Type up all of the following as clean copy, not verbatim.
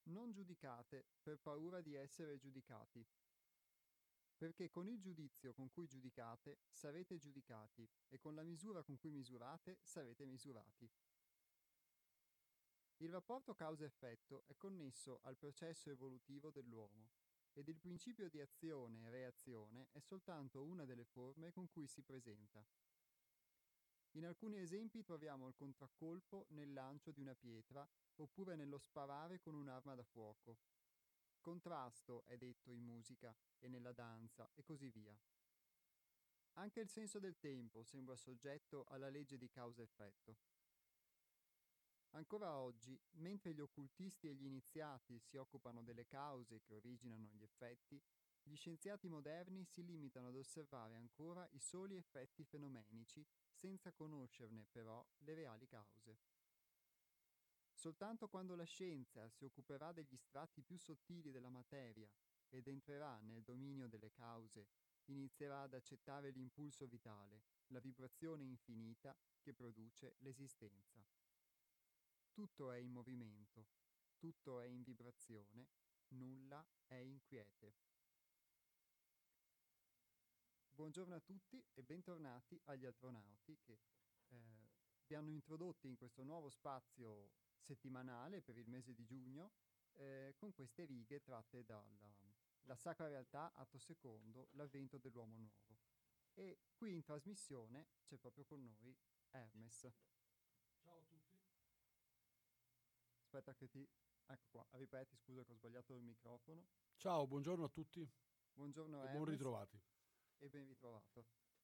non giudicate per paura di essere giudicati, perché con il giudizio con cui giudicate sarete giudicati e con la misura con cui misurate sarete misurati. Il rapporto causa-effetto è connesso al processo evolutivo dell'uomo ed il principio di azione e reazione è soltanto una delle forme con cui si presenta. In alcuni esempi troviamo il contraccolpo nel lancio di una pietra oppure nello sparare con un'arma da fuoco. Contrasto è detto in musica e nella danza e così via. Anche il senso del tempo sembra soggetto alla legge di causa-effetto. Ancora oggi, mentre gli occultisti e gli iniziati si occupano delle cause che originano gli effetti, gli scienziati moderni si limitano ad osservare ancora i soli effetti fenomenici senza conoscerne però le reali cause. Soltanto quando la scienza si occuperà degli strati più sottili della materia ed entrerà nel dominio delle cause, inizierà ad accettare l'impulso vitale, la vibrazione infinita che produce l'esistenza. Tutto è in movimento, tutto è in vibrazione, nulla è inquiete. Buongiorno a tutti e bentornati agli astronauti che vi hanno introdotti in questo nuovo spazio settimanale per il mese di giugno con queste righe tratte dalla La Sacra Realtà, atto secondo, l'avvento dell'uomo nuovo. E qui in trasmissione c'è proprio con noi Hermes. Ciao a tutti. Aspetta che ti... Ecco qua, ripeti, scusa che ho sbagliato il microfono. Ciao, buongiorno a tutti Buongiorno e ben Hermes ritrovati. e ben ritrovato.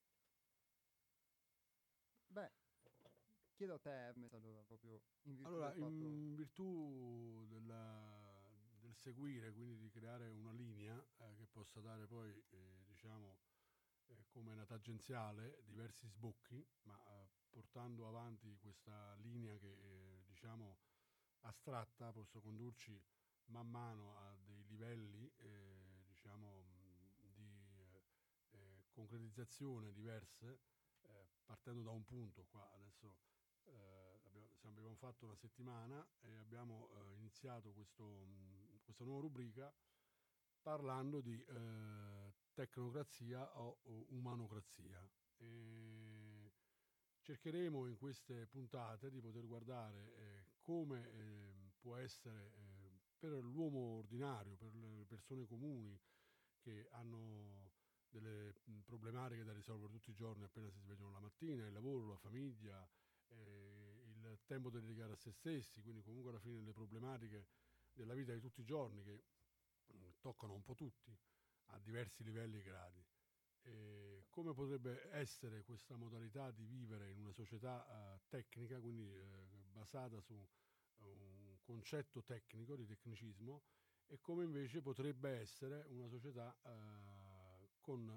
Beh, chiedo a te Hermes allora, proprio in virtù del Allora, fatto... in virtù del seguire, quindi di creare una linea che possa dare poi, diciamo, come una tangenziale diversi sbocchi, ma portando avanti questa linea che, diciamo, astratta, possa condurci man mano a dei livelli, diciamo, di concretizzazione diverse, partendo da un punto qua adesso. Abbiamo fatto una settimana e abbiamo iniziato questa nuova rubrica parlando di tecnocrazia o umanocrazia. E cercheremo in queste puntate di poter guardare come può essere per l'uomo ordinario, per le persone comuni che hanno delle problematiche da risolvere tutti i giorni appena si svegliano la mattina, il lavoro, la famiglia, il tempo da dedicare a se stessi, quindi comunque alla fine le problematiche della vita di tutti i giorni che toccano un po' tutti a diversi livelli e gradi. Come potrebbe essere questa modalità di vivere in una società tecnica, quindi basata su un concetto tecnico, di tecnicismo, e come invece potrebbe essere una società con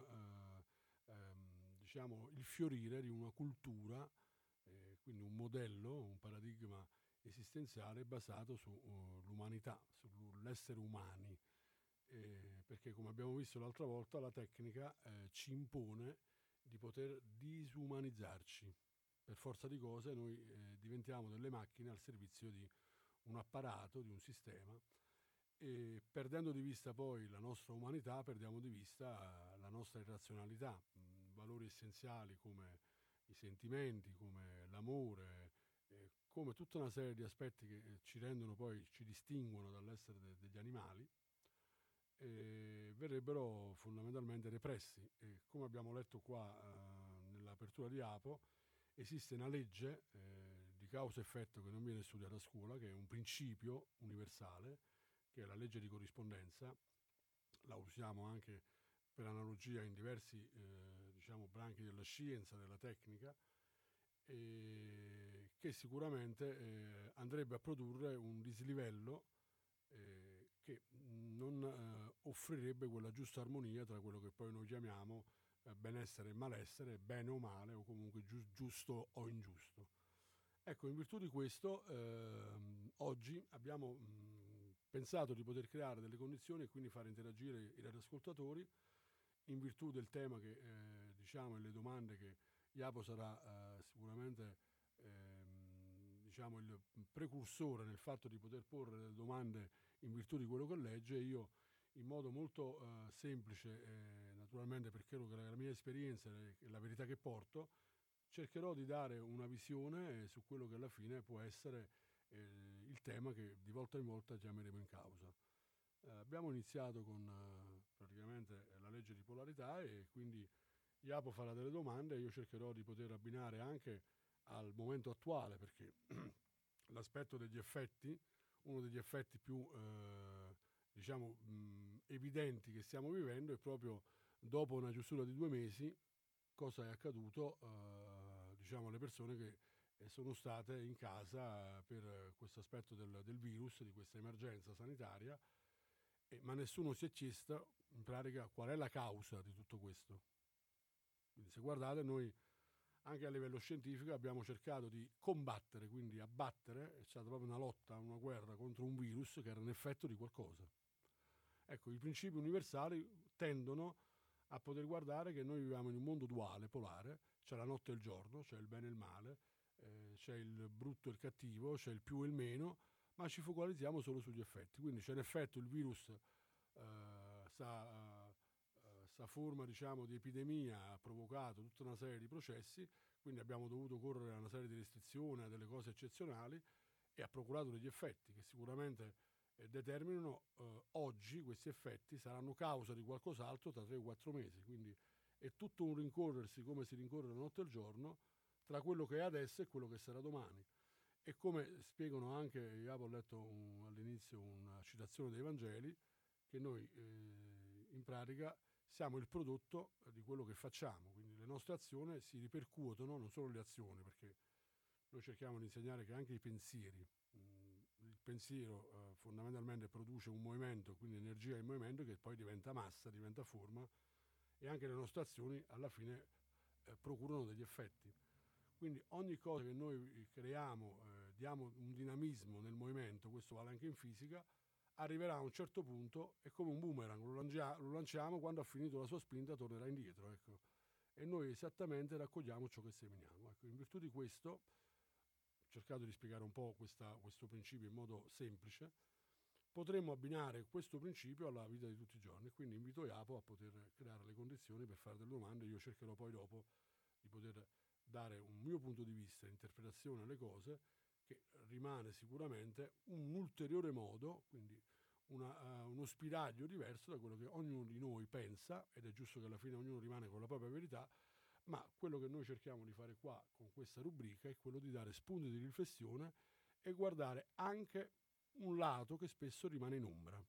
diciamo il fiorire di una cultura, quindi un modello, un paradigma esistenziale basato sull'umanità, sull'essere umani, perché come abbiamo visto l'altra volta la tecnica ci impone di poter disumanizzarci. Per forza di cose noi diventiamo delle macchine al servizio di un apparato, di un sistema, e perdendo di vista poi la nostra umanità perdiamo di vista la nostra irrazionalità, valori essenziali come i sentimenti, come l'amore, come tutta una serie di aspetti che ci rendono poi, ci distinguono dall'essere degli animali, verrebbero fondamentalmente repressi. E come abbiamo letto qua nell'apertura di Apo, esiste una legge di causa-effetto che non viene studiata a scuola, che è un principio universale, che è la legge di corrispondenza. La usiamo anche per analogia in diversi diciamo, branchi della scienza, della tecnica, che sicuramente andrebbe a produrre un dislivello che non offrirebbe quella giusta armonia tra quello che poi noi chiamiamo benessere e malessere, bene o male, o comunque giusto o ingiusto. Ecco, in virtù di questo, oggi abbiamo pensato di poter creare delle condizioni e quindi far interagire i radioascoltatori in virtù del tema che, diciamo, e le domande che Iapo sarà sicuramente diciamo il precursore nel fatto di poter porre delle domande in virtù di quello che legge. Io in modo molto semplice, naturalmente perché la mia esperienza e la verità che porto, cercherò di dare una visione su quello che alla fine può essere il tema che di volta in volta chiameremo in causa. Abbiamo iniziato con praticamente la legge di polarità, e quindi Iapo farà delle domande e io cercherò di poter abbinare anche al momento attuale, perché l'aspetto degli effetti, uno degli effetti più diciamo evidenti che stiamo vivendo è proprio dopo una chiusura di 2 mesi cosa è accaduto diciamo alle persone che sono state in casa per questo aspetto del virus, di questa emergenza sanitaria, ma nessuno si è chiesto in pratica qual è la causa di tutto questo. Quindi se guardate, noi anche a livello scientifico abbiamo cercato di combattere, quindi abbattere, è stata proprio una lotta, una guerra contro un virus che era un effetto di qualcosa. Ecco, i principi universali tendono a poter guardare che noi viviamo in un mondo duale, polare, c'è la notte e il giorno, c'è il bene e il male, c'è il brutto e il cattivo, c'è il più e il meno, ma ci focalizziamo solo sugli effetti. Quindi c'è l'effetto, il virus sta forma diciamo di epidemia ha provocato tutta una serie di processi, quindi abbiamo dovuto correre a una serie di restrizioni, a delle cose eccezionali, e ha procurato degli effetti che sicuramente determinano oggi. Questi effetti saranno causa di qualcos'altro tra 3 o 4 mesi, quindi è tutto un rincorrersi, come si rincorre la notte e il giorno, tra quello che è adesso e quello che sarà domani. E come spiegano anche, io ho letto all'inizio una citazione dei Vangeli, che noi in pratica siamo il prodotto di quello che facciamo, quindi le nostre azioni si ripercuotono, non solo le azioni, perché noi cerchiamo di insegnare che anche i pensieri, il pensiero fondamentalmente produce un movimento, quindi energia in movimento che poi diventa massa, diventa forma, e anche le nostre azioni alla fine procurano degli effetti. Quindi ogni cosa che noi creiamo, diamo un dinamismo nel movimento, questo vale anche in fisica, arriverà a un certo punto, è come un boomerang, lo lanciamo, quando ha finito la sua spinta tornerà indietro, ecco. E noi esattamente raccogliamo ciò che seminiamo. Ecco, in virtù di questo, ho cercato di spiegare un po' questo principio in modo semplice, potremmo abbinare questo principio alla vita di tutti i giorni, quindi invito Iapo a poter creare le condizioni per fare delle domande. Io cercherò poi dopo di poter dare un mio punto di vista, interpretazione alle cose, che rimane sicuramente un ulteriore modo, quindi uno spiraglio diverso da quello che ognuno di noi pensa, ed è giusto che alla fine ognuno rimane con la propria verità, ma quello che noi cerchiamo di fare qua con questa rubrica è quello di dare spunti di riflessione e guardare anche un lato che spesso rimane in ombra.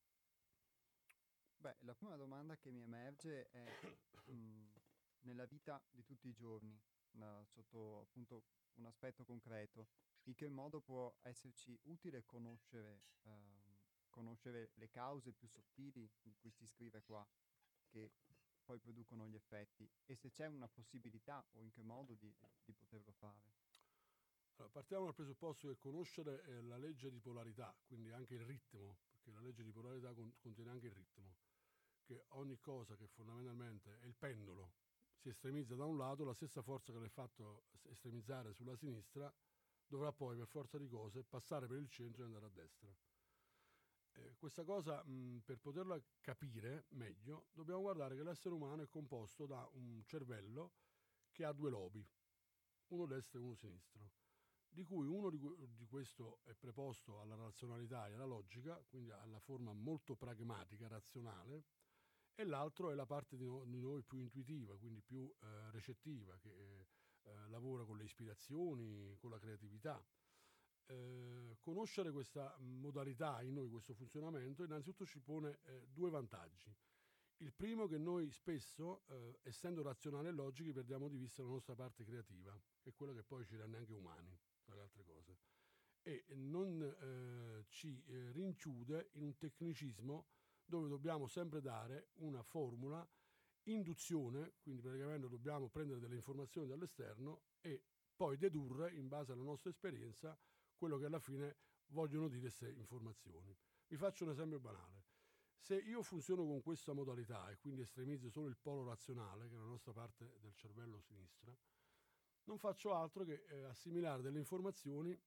Beh, la prima domanda che mi emerge è nella vita di tutti i giorni, sotto appunto un aspetto concreto, in che modo può esserci utile conoscere le cause più sottili di cui si scrive qua, che poi producono gli effetti, e se c'è una possibilità o in che modo di poterlo fare. Allora, partiamo dal presupposto che conoscere è la legge di polarità, quindi anche il ritmo, perché la legge di polarità contiene anche il ritmo, che ogni cosa che fondamentalmente è il pendolo si estremizza da un lato, la stessa forza che l'ha fatto estremizzare sulla sinistra dovrà poi per forza di cose passare per il centro e andare a destra. Questa cosa, per poterla capire meglio, dobbiamo guardare che l'essere umano è composto da un cervello che ha 2 lobi, uno destro e uno sinistro, di cui uno di questo è preposto alla razionalità e alla logica, quindi alla forma molto pragmatica, razionale, e l'altro è la parte di noi più intuitiva, quindi più recettiva, che lavora con le ispirazioni, con la creatività. Conoscere questa modalità in noi, questo funzionamento, innanzitutto ci pone 2 vantaggi. Il primo, che noi spesso, essendo razionali e logici, perdiamo di vista la nostra parte creativa, che è quella che poi ci rende anche umani, tra le altre cose, e non ci rinchiude in un tecnicismo dove dobbiamo sempre dare una formula, induzione, quindi praticamente dobbiamo prendere delle informazioni dall'esterno e poi dedurre in base alla nostra esperienza quello che alla fine vogliono dire queste informazioni. Vi faccio un esempio banale. Se io funziono con questa modalità e quindi estremizzo solo il polo razionale, che è la nostra parte del cervello sinistra, non faccio altro che assimilare delle informazioni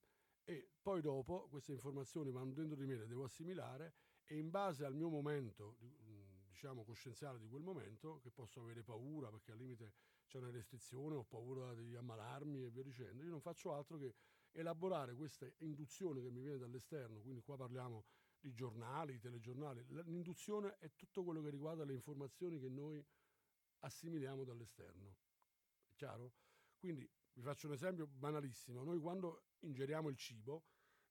e poi dopo queste informazioni vanno dentro di me, le devo assimilare, e in base al mio momento, diciamo, coscienziale di quel momento, che posso avere paura perché al limite c'è una restrizione, ho paura di ammalarmi e via dicendo, io non faccio altro che elaborare questa induzione che mi viene dall'esterno. Quindi qua parliamo di giornali, telegiornali. L'induzione è tutto quello che riguarda le informazioni che noi assimiliamo dall'esterno. È chiaro? Quindi vi faccio un esempio banalissimo. Noi quando ingeriamo il cibo,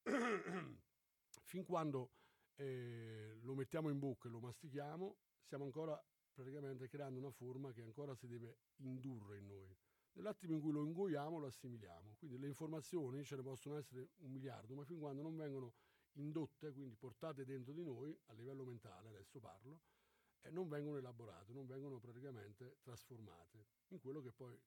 fin quando lo mettiamo in bocca e lo mastichiamo, stiamo ancora praticamente creando una forma che ancora si deve indurre in noi. Nell'attimo in cui lo ingoiamo, lo assimiliamo. Quindi le informazioni ce ne possono essere 1 miliardo, ma fin quando non vengono indotte, quindi portate dentro di noi, a livello mentale, adesso parlo, non vengono elaborate, non vengono praticamente trasformate in quello che poi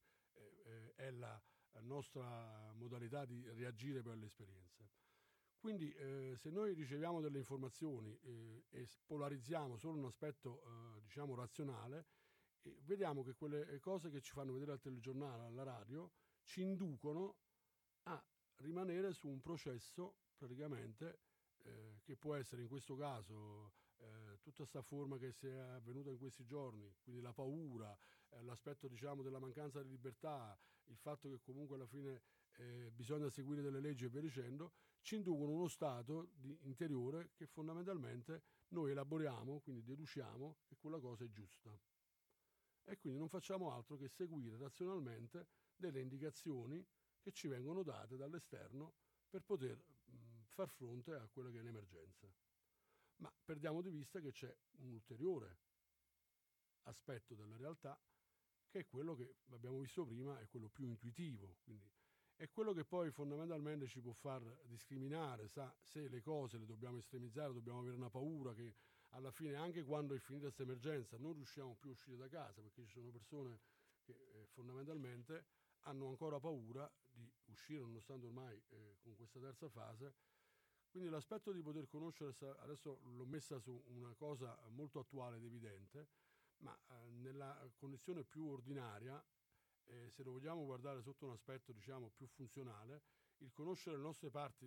è la nostra modalità di reagire per le esperienze. Quindi se noi riceviamo delle informazioni e polarizziamo solo un aspetto diciamo razionale, vediamo che quelle cose che ci fanno vedere al telegiornale, alla radio, ci inducono a rimanere su un processo praticamente che può essere in questo caso tutta questa forma che si è avvenuta in questi giorni, quindi la paura, l'aspetto diciamo della mancanza di libertà, il fatto che comunque alla fine bisogna seguire delle leggi e via dicendo, ci inducono uno stato interiore che fondamentalmente noi elaboriamo, quindi deduciamo che quella cosa è giusta. E quindi non facciamo altro che seguire razionalmente delle indicazioni che ci vengono date dall'esterno per poter far fronte a quella che è l'emergenza. Ma perdiamo di vista che c'è un ulteriore aspetto della realtà, che è quello che abbiamo visto prima, è quello più intuitivo, quindi è quello che poi fondamentalmente ci può far discriminare se le cose le dobbiamo estremizzare, dobbiamo avere una paura che alla fine, anche quando è finita questa emergenza, non riusciamo più a uscire da casa, perché ci sono persone che fondamentalmente hanno ancora paura di uscire, nonostante ormai con questa terza fase. Quindi l'aspetto di poter conoscere, adesso l'ho messa su una cosa molto attuale ed evidente, ma nella condizione più ordinaria, se lo vogliamo guardare sotto un aspetto diciamo più funzionale, il conoscere le nostre parti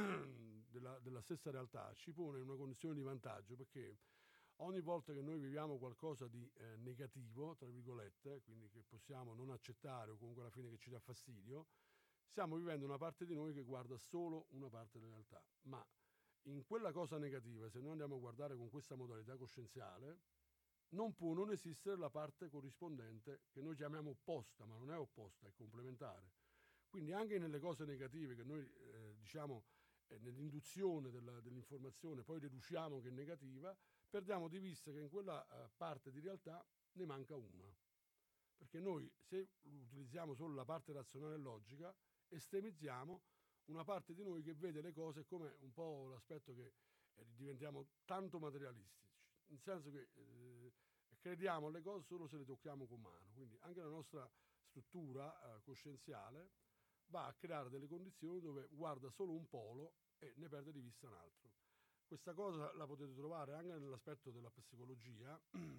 della stessa realtà ci pone in una condizione di vantaggio, perché ogni volta che noi viviamo qualcosa di negativo, tra virgolette, quindi che possiamo non accettare o comunque alla fine che ci dà fastidio, stiamo vivendo una parte di noi che guarda solo una parte della realtà. Ma in quella cosa negativa, se noi andiamo a guardare con questa modalità coscienziale, non può non esistere la parte corrispondente che noi chiamiamo opposta, ma non è opposta, è complementare. Quindi anche nelle cose negative che noi diciamo nell'induzione dell'informazione poi deduciamo che è negativa, perdiamo di vista che in quella parte di realtà ne manca una. Perché noi, se utilizziamo solo la parte razionale e logica, estremizziamo una parte di noi che vede le cose come un po' l'aspetto che diventiamo tanto materialistici, nel senso che crediamo alle cose solo se le tocchiamo con mano. Quindi anche la nostra struttura coscienziale va a creare delle condizioni dove guarda solo un polo e ne perde di vista un altro. Questa cosa la potete trovare anche nell'aspetto della psicologia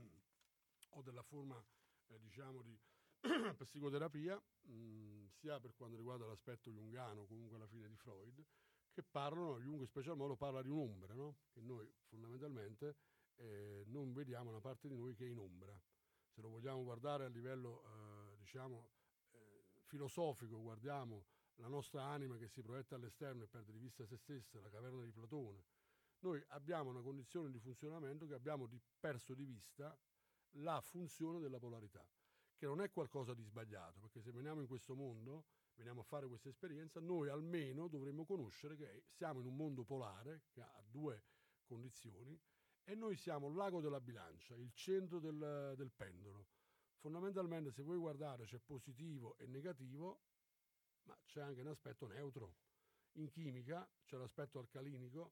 o della forma diciamo di psicoterapia, sia per quanto riguarda l'aspetto junghiano, comunque alla fine di Freud, che parlano, Jung in special modo parla di un'ombra, no? Che noi fondamentalmente non vediamo una parte di noi che è in ombra. Se lo vogliamo guardare a livello diciamo filosofico, guardiamo la nostra anima che si proietta all'esterno e perde di vista se stessa, la caverna di Platone. Noi abbiamo una condizione di funzionamento che abbiamo perso di vista la funzione della polarità, che non è qualcosa di sbagliato, perché se veniamo in questo mondo, veniamo a fare questa esperienza, noi almeno dovremmo conoscere che siamo in un mondo polare che ha 2 condizioni e noi siamo l'ago della bilancia, il centro del pendolo. Fondamentalmente, se voi guardate, c'è positivo e negativo, ma c'è anche un aspetto neutro. In chimica c'è l'aspetto alcalinico,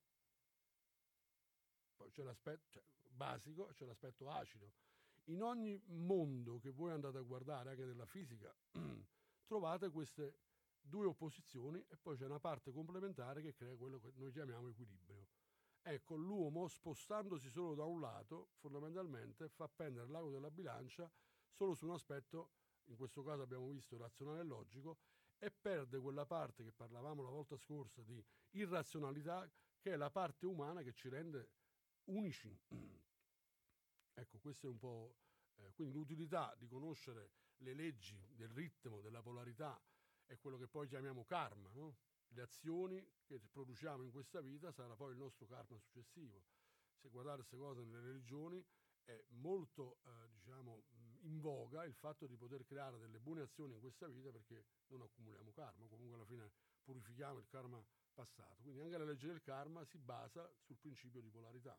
poi c'è l'aspetto basico, c'è l'aspetto acido. In ogni mondo che voi andate a guardare, anche nella fisica, trovate queste 2 opposizioni e poi c'è una parte complementare che crea quello che noi chiamiamo equilibrio. Ecco, l'uomo, spostandosi solo da un lato, fondamentalmente fa pendere l'ago della bilancia solo su un aspetto, in questo caso abbiamo visto razionale e logico, e perde quella parte che parlavamo la volta scorsa di irrazionalità, che è la parte umana che ci rende unici. Ecco, questo è un po'. Quindi l'utilità di conoscere le leggi del ritmo, della polarità, è quello che poi chiamiamo karma, no? Le azioni che produciamo in questa vita sarà poi il nostro karma successivo. Se guardate queste cose nelle religioni è molto in voga il fatto di poter creare delle buone azioni in questa vita, perché non accumuliamo karma, comunque alla fine purifichiamo il karma passato. Quindi anche la legge del karma si basa sul principio di polarità.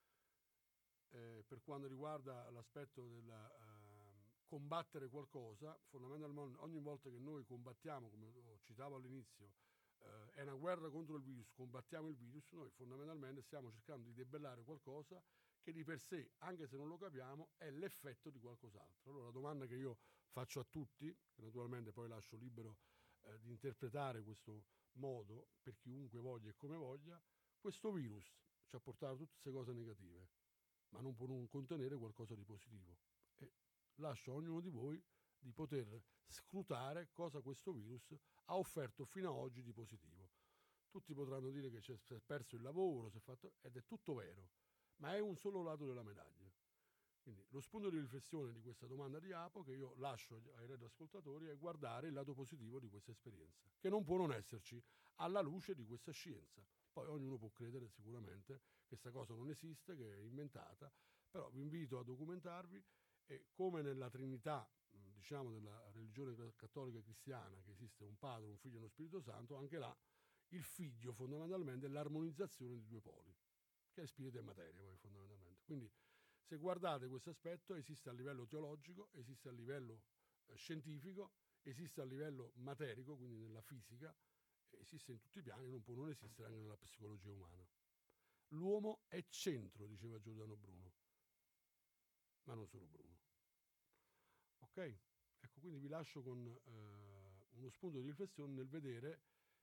Per quanto riguarda l'aspetto del combattere qualcosa, fondamentalmente ogni volta che noi combattiamo, come citavo all'inizio, è una guerra contro il virus, combattiamo il virus, noi fondamentalmente stiamo cercando di debellare qualcosa che di per sé, anche se non lo capiamo, è l'effetto di qualcos'altro. Allora la domanda che io faccio a tutti, che naturalmente poi lascio libero di interpretare questo modo per chiunque voglia e come voglia, questo virus ci ha portato tutte queste cose negative, ma non può non contenere qualcosa di positivo. E lascio a ognuno di voi di poter scrutare cosa questo virus ha offerto fino ad oggi di positivo. Tutti potranno dire che si è perso il lavoro, ed è tutto vero, ma è un solo lato della medaglia. Quindi lo spunto di riflessione di questa domanda di Apo, che io lascio ai radioascoltatori, è guardare il lato positivo di questa esperienza, che non può non esserci alla luce di questa scienza. Poi ognuno può credere sicuramente che questa cosa non esiste, che è inventata, però vi invito a documentarvi, e come nella Trinità, della religione cattolica cristiana, che esiste un Padre, un Figlio e uno Spirito Santo, anche là il Figlio fondamentalmente è l'armonizzazione di due poli, che è spirito e materia poi fondamentalmente. Quindi se guardate questo aspetto, esiste a livello teologico, esiste a livello scientifico, esiste a livello materico, quindi nella fisica, esiste in tutti i piani, non può non esistere anche nella psicologia umana. L'uomo è centro, diceva Giordano Bruno, ma non solo Bruno. Ok? Ecco, quindi vi lascio con uno spunto di riflessione nel vedere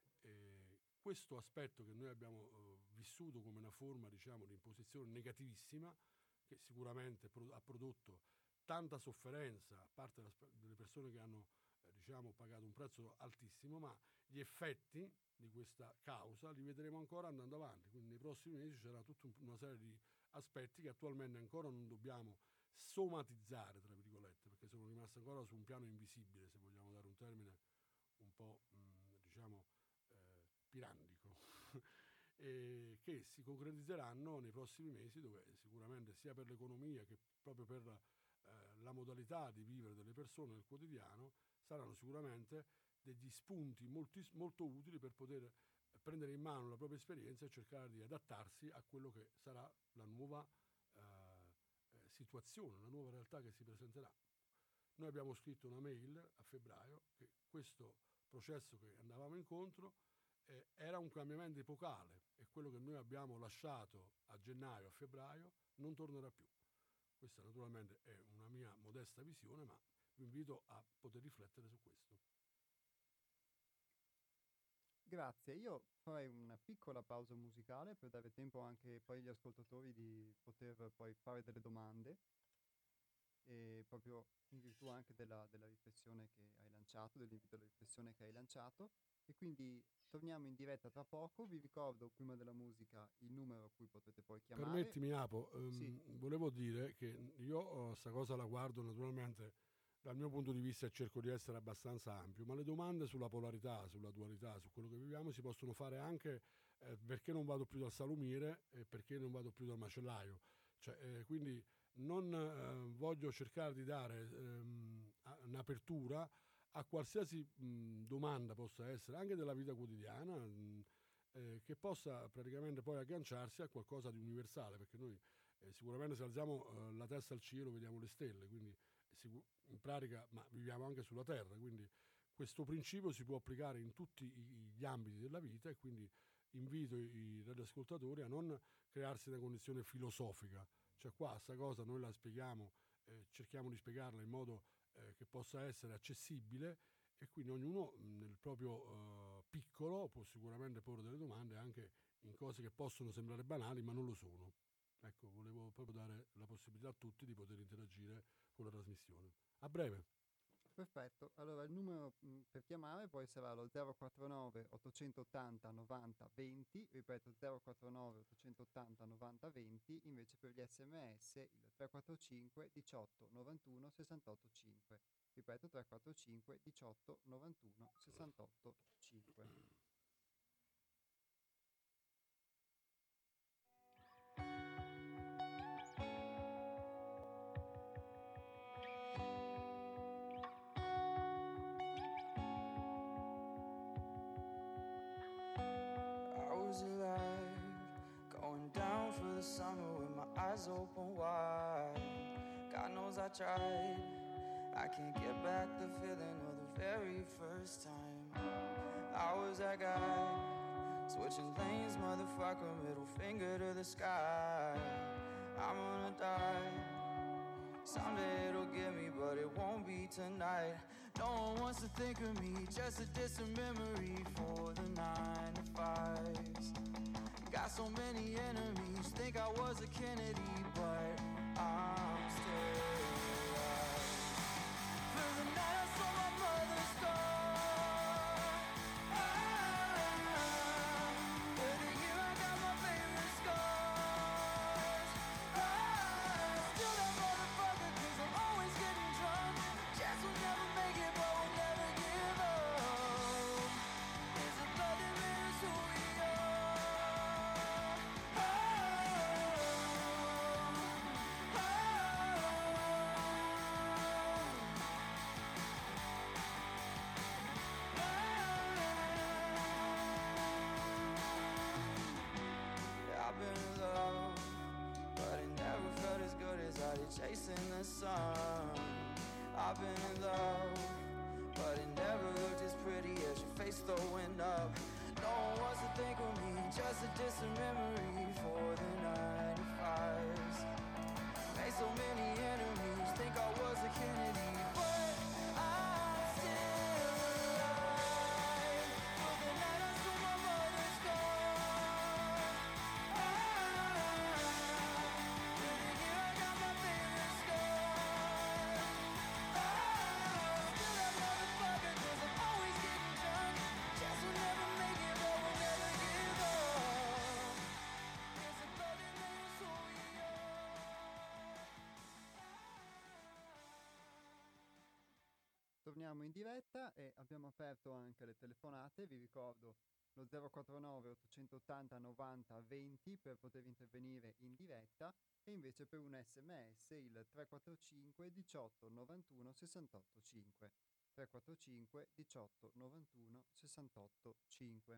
questo aspetto che noi abbiamo vissuto come una forma, di imposizione negativissima, che sicuramente ha prodotto tanta sofferenza a parte delle persone che hanno pagato un prezzo altissimo, ma gli effetti di questa causa li vedremo ancora andando avanti. Quindi nei prossimi mesi c'era tutta una serie di aspetti che attualmente ancora non dobbiamo somatizzare, tra virgolette, perché sono rimasti ancora su un piano invisibile, se vogliamo dare un termine un po' pirandico, e che si concretizzeranno nei prossimi mesi, dove sicuramente sia per l'economia che proprio per la modalità di vivere delle persone nel quotidiano saranno sicuramente degli spunti molto utili per poter prendere in mano la propria esperienza e cercare di adattarsi a quello che sarà la nuova situazione, la nuova realtà che si presenterà. Noi abbiamo scritto una mail a febbraio che questo processo che andavamo incontro era un cambiamento epocale, e quello che noi abbiamo lasciato a gennaio, a febbraio, non tornerà più. Questa naturalmente è una mia modesta visione, ma vi invito a poter riflettere su questo. Grazie, io farei una piccola pausa musicale per dare tempo anche poi agli ascoltatori di poter poi fare delle domande, e proprio in virtù anche della riflessione che hai lanciato, dell'invito alla riflessione che hai lanciato. E quindi torniamo in diretta tra poco. Vi ricordo prima della musica il numero a cui potete poi chiamare. Permettimi, Apo, Sì. volevo dire che io sta cosa la guardo naturalmente dal mio punto di vista e cerco di essere abbastanza ampio, ma le domande sulla polarità, sulla dualità, su quello che viviamo si possono fare anche perché non vado più dal salumiere e perché non vado più dal macellaio. Quindi non voglio cercare di dare un'apertura a qualsiasi domanda possa essere, anche della vita quotidiana, che possa praticamente poi agganciarsi a qualcosa di universale, perché noi sicuramente se alziamo la testa al cielo vediamo le stelle, quindi in pratica, ma viviamo anche sulla terra, quindi questo principio si può applicare in tutti gli ambiti della vita, e quindi invito i radioascoltatori a non crearsi una condizione filosofica. Cioè qua sta cosa noi la spieghiamo, cerchiamo di spiegarla in modo che possa essere accessibile, e quindi ognuno nel proprio piccolo può sicuramente porre delle domande anche in cose che possono sembrare banali ma non lo sono. Ecco, volevo proprio dare la possibilità a tutti di poter interagire con la trasmissione. A breve. Perfetto, allora il numero per chiamare poi sarà lo 049 880 90 20, ripeto 049 880 90 20, invece per gli sms il 345 18 91 68 5, ripeto 345 18 91 68 5. I was alive, going down for the summer with my eyes open wide. God knows I tried, I can't get back the feeling of the very first time. I was that guy, switching lanes, motherfucker, middle finger to the sky. I'm gonna die, someday it'll get me, but it won't be tonight. No one wants to think of me, just a distant memory for the 9 to 5s. Got so many enemies, think I was a Kennedy, but I'm still alive. For the night I saw my mother's scar, for the year I got my favorite scars. Still that motherfucker, 'cause I'm always getting drunk. Chance will never make it, but we'll never give up. It's the blood that made us who we are. I've been in love, but it never felt as good as I did chasing the sun. I've been in love, but it never looked as pretty as your face throwing up. No one wants to think of me, just a distant memory for the 95s. Made so many enemies, think I was a Kennedy, but I'm still alive. For the night I saw my mother's scar, for the year I got my favorite scar. Still that motherfucker, 'cause I'm always getting drunk. Chance will never make it, but we'll never give up. It's the blood that made us who we are. Torniamo in diretta e abbiamo aperto anche le telefonate, vi ricordo lo 049 880 90 20 per poter intervenire in diretta e invece per un sms il 345 18 91 68 5. 345 18 91 68 5.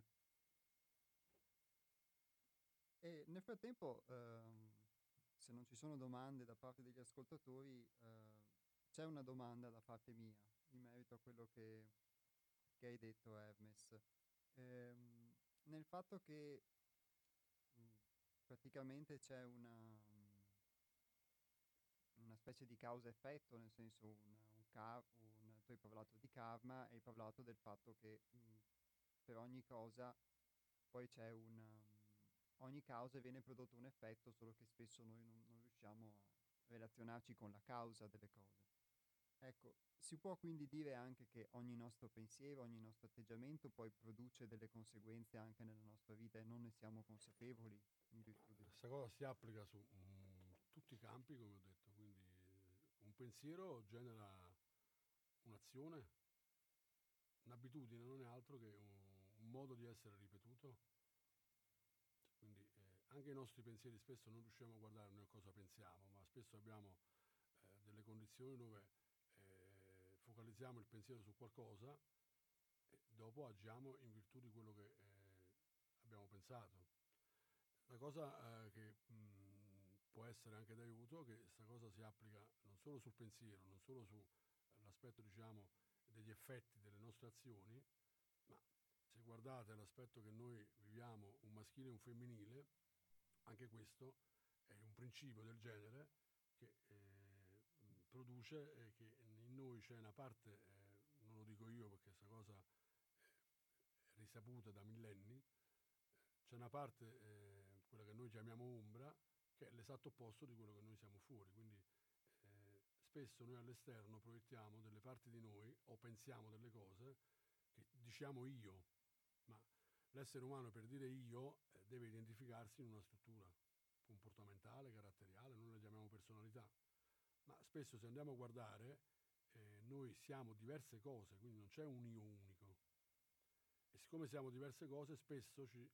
E nel frattempo, se non ci sono domande da parte degli ascoltatori, c'è una domanda da parte mia in merito a quello che hai detto, Hermes. Nel fatto che praticamente c'è una specie di causa-effetto, nel senso tu hai parlato di karma e hai parlato del fatto che per ogni cosa poi c'è ogni causa viene prodotto un effetto, solo che spesso noi non riusciamo a relazionarci con la causa delle cose. Ecco, si può quindi dire anche che ogni nostro pensiero, ogni nostro atteggiamento poi produce delle conseguenze anche nella nostra vita e non ne siamo consapevoli in virtù di... Questa cosa si applica su tutti i campi, come ho detto, quindi un pensiero genera un'azione, un'abitudine non è altro che un modo di essere ripetuto. Quindi anche i nostri pensieri spesso non riusciamo a guardare noi cosa pensiamo, ma spesso abbiamo delle condizioni dove focalizziamo il pensiero su qualcosa e dopo agiamo in virtù di quello che abbiamo pensato. La cosa che può essere anche d'aiuto è che questa cosa si applica non solo sul pensiero, non solo sull'aspetto diciamo degli effetti delle nostre azioni, ma se guardate l'aspetto che noi viviamo, un maschile e un femminile, anche questo è un principio del genere che produce che in noi c'è una parte, non lo dico io perché questa cosa è risaputa da millenni, c'è una parte, quella che noi chiamiamo ombra, che è l'esatto opposto di quello che noi siamo fuori, quindi spesso noi all'esterno proiettiamo delle parti di noi o pensiamo delle cose che diciamo io, ma l'essere umano per dire io deve identificarsi in una struttura comportamentale, caratteriale, noi la chiamiamo personalità, ma spesso se andiamo a guardare noi siamo diverse cose, quindi non c'è un io unico, e siccome siamo diverse cose spesso ci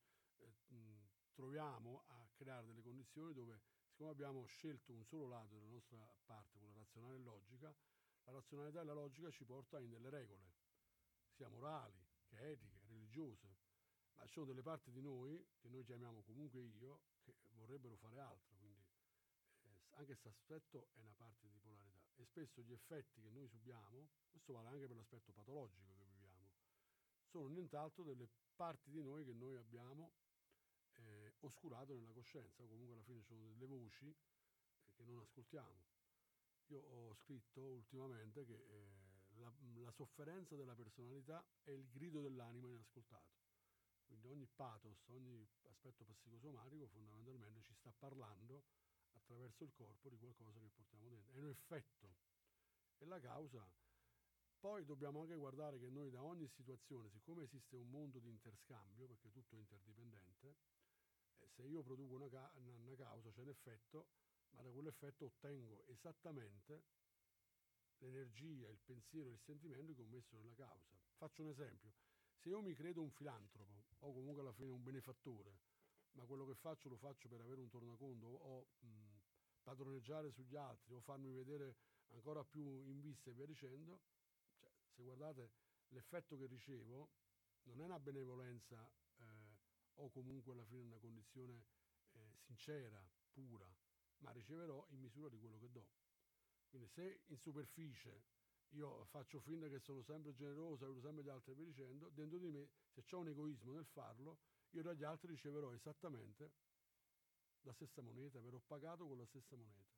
troviamo a creare delle condizioni dove, siccome abbiamo scelto un solo lato della nostra parte, quella razionale e logica, la razionalità e la logica ci porta in delle regole, sia morali, che etiche, religiose, ma ci sono delle parti di noi, che noi chiamiamo comunque io, che vorrebbero fare altro, quindi anche questo aspetto è una parte di polarità, e spesso gli effetti che noi subiamo, questo vale anche per l'aspetto patologico che viviamo, sono nient'altro delle parti di noi che noi abbiamo oscurato nella coscienza, o comunque alla fine sono delle voci che non ascoltiamo. Io ho scritto ultimamente che la sofferenza della personalità è il grido dell'anima inascoltato. Quindi ogni pathos, ogni aspetto psicosomatico fondamentalmente ci sta parlando attraverso il corpo di qualcosa che portiamo dentro. È un effetto. E la causa... Poi dobbiamo anche guardare che noi da ogni situazione, siccome esiste un mondo di interscambio, perché tutto è interdipendente, se io produco una causa c'è un effetto, ma da quell'effetto ottengo esattamente l'energia, il pensiero e il sentimento che ho messo nella causa. Faccio un esempio: se io mi credo un filantropo o comunque alla fine un benefattore, ma quello che faccio lo faccio per avere un tornaconto o padroneggiare sugli altri o farmi vedere ancora più in vista e via dicendo, cioè, se guardate l'effetto che ricevo non è una benevolenza o comunque alla fine una condizione sincera, pura, ma riceverò in misura di quello che do. Quindi se in superficie io faccio finta che sono sempre generoso, aiuto sempre gli altri e via dicendo, dentro di me, se c'è un egoismo nel farlo, io dagli altri riceverò esattamente la stessa moneta, verrò pagato con la stessa moneta.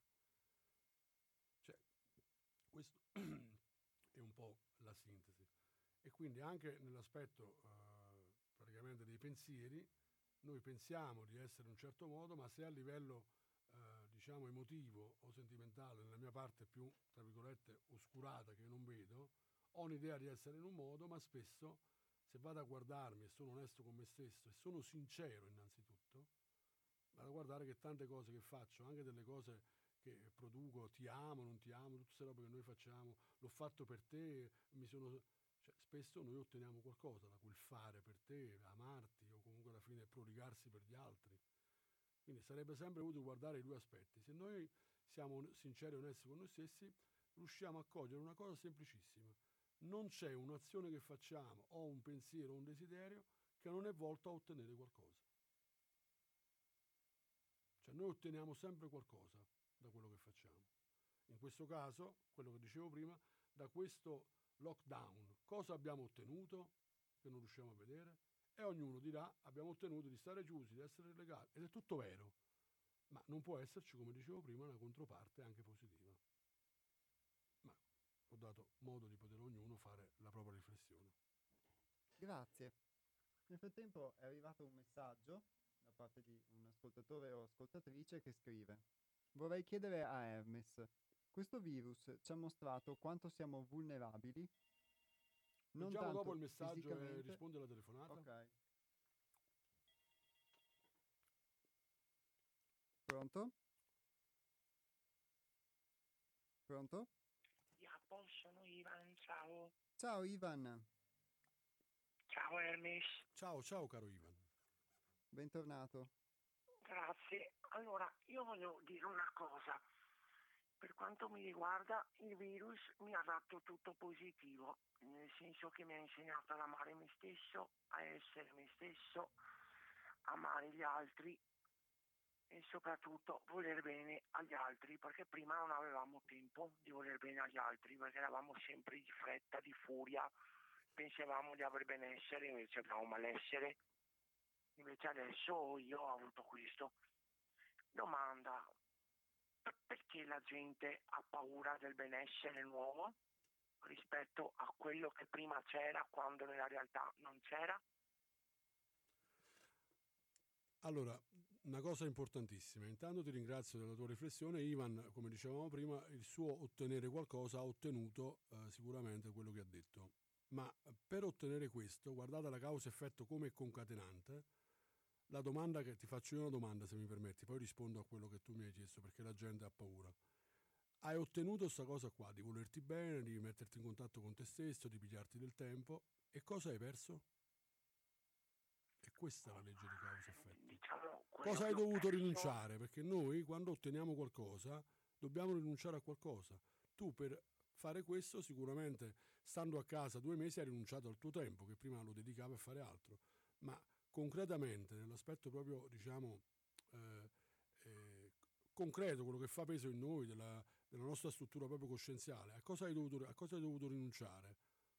Cioè, questo è un po' la sintesi. E quindi anche nell'aspetto praticamente dei pensieri, noi pensiamo di essere in un certo modo, ma se a livello diciamo emotivo o sentimentale, nella mia parte più, tra virgolette, oscurata che non vedo, ho un'idea di essere in un modo, ma spesso se vado a guardarmi e sono onesto con me stesso e sono sincero innanzitutto, vado a guardare che tante cose che faccio, anche delle cose che produco, ti amo, non ti amo, tutte queste robe che noi facciamo, l'ho fatto per te, cioè, spesso noi otteniamo qualcosa da quel fare per te, amarti o comunque alla fine prodigarsi per gli altri. Quindi sarebbe sempre utile guardare i due aspetti. Se noi siamo sinceri e onesti con noi stessi, riusciamo a cogliere una cosa semplicissima: non c'è un'azione che facciamo o un pensiero o un desiderio che non è volto a ottenere qualcosa. Cioè noi otteniamo sempre qualcosa da quello che facciamo. In questo caso, quello che dicevo prima, da questo lockdown, cosa abbiamo ottenuto che non riusciamo a vedere? E ognuno dirà: abbiamo ottenuto di stare chiusi, di essere legati, ed è tutto vero, ma non può esserci, come dicevo prima, una controparte anche positiva. Ma ho dato modo di poter ognuno fare la propria riflessione. Grazie. Nel frattempo è arrivato un messaggio da parte di un ascoltatore o ascoltatrice che scrive: vorrei chiedere a Hermes, questo virus ci ha mostrato quanto siamo vulnerabili. Non Leggiamo tanto dopo il messaggio fisicamente... e risponde alla telefonata. Ok. Pronto? Pronto? Japo, sono Ivan, ciao. Ciao Ivan. Ciao Hermes. Ciao caro Ivan. Bentornato. Grazie. Allora, io voglio dire una cosa. Per quanto mi riguarda, il virus mi ha dato tutto positivo, nel senso che mi ha insegnato ad amare me stesso, a essere me stesso, amare gli altri e soprattutto voler bene agli altri, perché prima non avevamo tempo di voler bene agli altri, perché eravamo sempre di fretta, di furia, pensavamo di avere benessere, invece avevamo malessere. Invece adesso io ho avuto questo. Domanda: perché la gente ha paura del benessere nuovo rispetto a quello che prima c'era, quando nella realtà non c'era? Allora, una cosa importantissima. Intanto ti ringrazio della tua riflessione. Ivan, come dicevamo prima, il suo ottenere qualcosa ha ottenuto sicuramente quello che ha detto. Ma per ottenere questo, guardate la causa-effetto come è concatenante. La domanda che ti faccio io, una domanda se mi permetti, poi rispondo a quello che tu mi hai chiesto perché la gente ha paura. Hai ottenuto questa cosa qua, di volerti bene, di metterti in contatto con te stesso, di pigliarti del tempo, e cosa hai perso? E questa è la legge di causa-effetto. Diciamo, Cosa hai dovuto rinunciare? Perché noi quando otteniamo qualcosa dobbiamo rinunciare a qualcosa. Tu per fare questo sicuramente stando a casa 2 mesi hai rinunciato al tuo tempo che prima lo dedicavi a fare altro, ma concretamente nell'aspetto proprio diciamo eh, concreto, quello che fa peso in noi, della nostra struttura proprio coscienziale, a cosa hai dovuto rinunciare?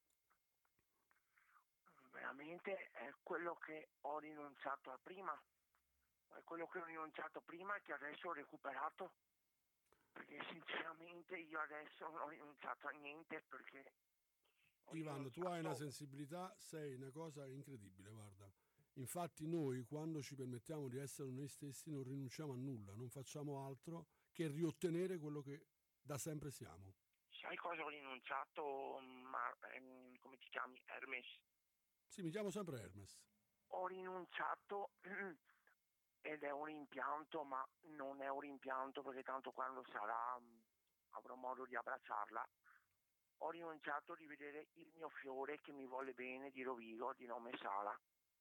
Veramente è quello che ho rinunciato a prima, è quello che ho rinunciato prima che adesso ho recuperato, perché sinceramente io adesso non ho rinunciato a niente perché Ivan, tu hai una sensibilità, sei una cosa incredibile, guarda. Infatti noi quando ci permettiamo di essere noi stessi non rinunciamo a nulla, non facciamo altro che riottenere quello che da sempre siamo. Sai cosa ho rinunciato, come ti chiami, Hermes? Sì, mi chiamo sempre Hermes. Ho rinunciato ed è un rimpianto, ma non è un rimpianto perché tanto quando sarà avrò modo di abbracciarla. Ho rinunciato di vedere il mio fiore che mi vuole bene di Rovigo, di nome Sala,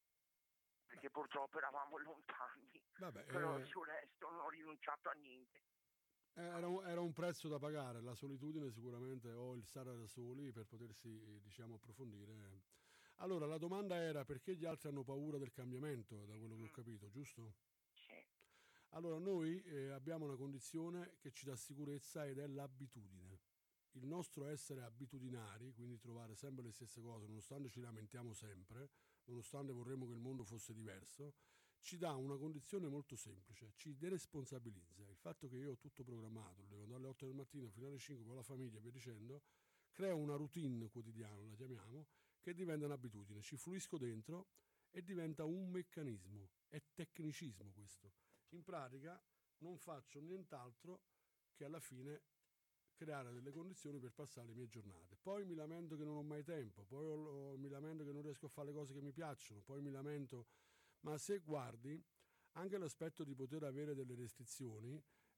perché purtroppo eravamo lontani. Vabbè, però sul resto non ho rinunciato a niente. Era un prezzo da pagare, la solitudine sicuramente, o il stare da soli per potersi diciamo approfondire. Allora la domanda era perché gli altri hanno paura del cambiamento, da quello che ho capito, giusto? Sì. Allora noi abbiamo una condizione che ci dà sicurezza ed è l'abitudine. Il nostro essere abitudinari, quindi trovare sempre le stesse cose, nonostante ci lamentiamo sempre, nonostante vorremmo che il mondo fosse diverso, ci dà una condizione molto semplice, ci deresponsabilizza. Il fatto che io ho tutto programmato, devo andare alle 8 del mattino fino alle 5 con la famiglia e via dicendo, crea una routine quotidiana, la chiamiamo, che diventa un'abitudine. Ci fluisco dentro e diventa un meccanismo. È tecnicismo questo. In pratica non faccio nient'altro che alla fine creare delle condizioni per passare le mie giornate. Poi mi lamento che non ho mai tempo, poi mi lamento che non riesco a fare le cose che mi piacciono, poi mi lamento. Ma se guardi anche l'aspetto di poter avere delle restrizioni,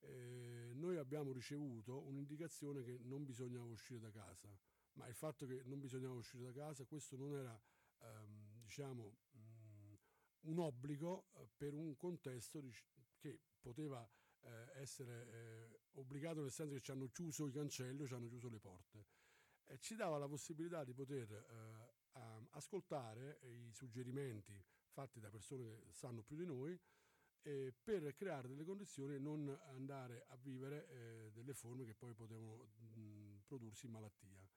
noi abbiamo ricevuto un'indicazione che non bisognava uscire da casa, ma il fatto che non bisognava uscire da casa, questo non era diciamo un obbligo per un contesto che poteva essere obbligato, nel senso che ci hanno chiuso i cancelli, ci hanno chiuso le porte. Ci dava la possibilità di poter ascoltare i suggerimenti fatti da persone che sanno più di noi per creare delle condizioni e non andare a vivere delle forme che poi potevano prodursi in malattia.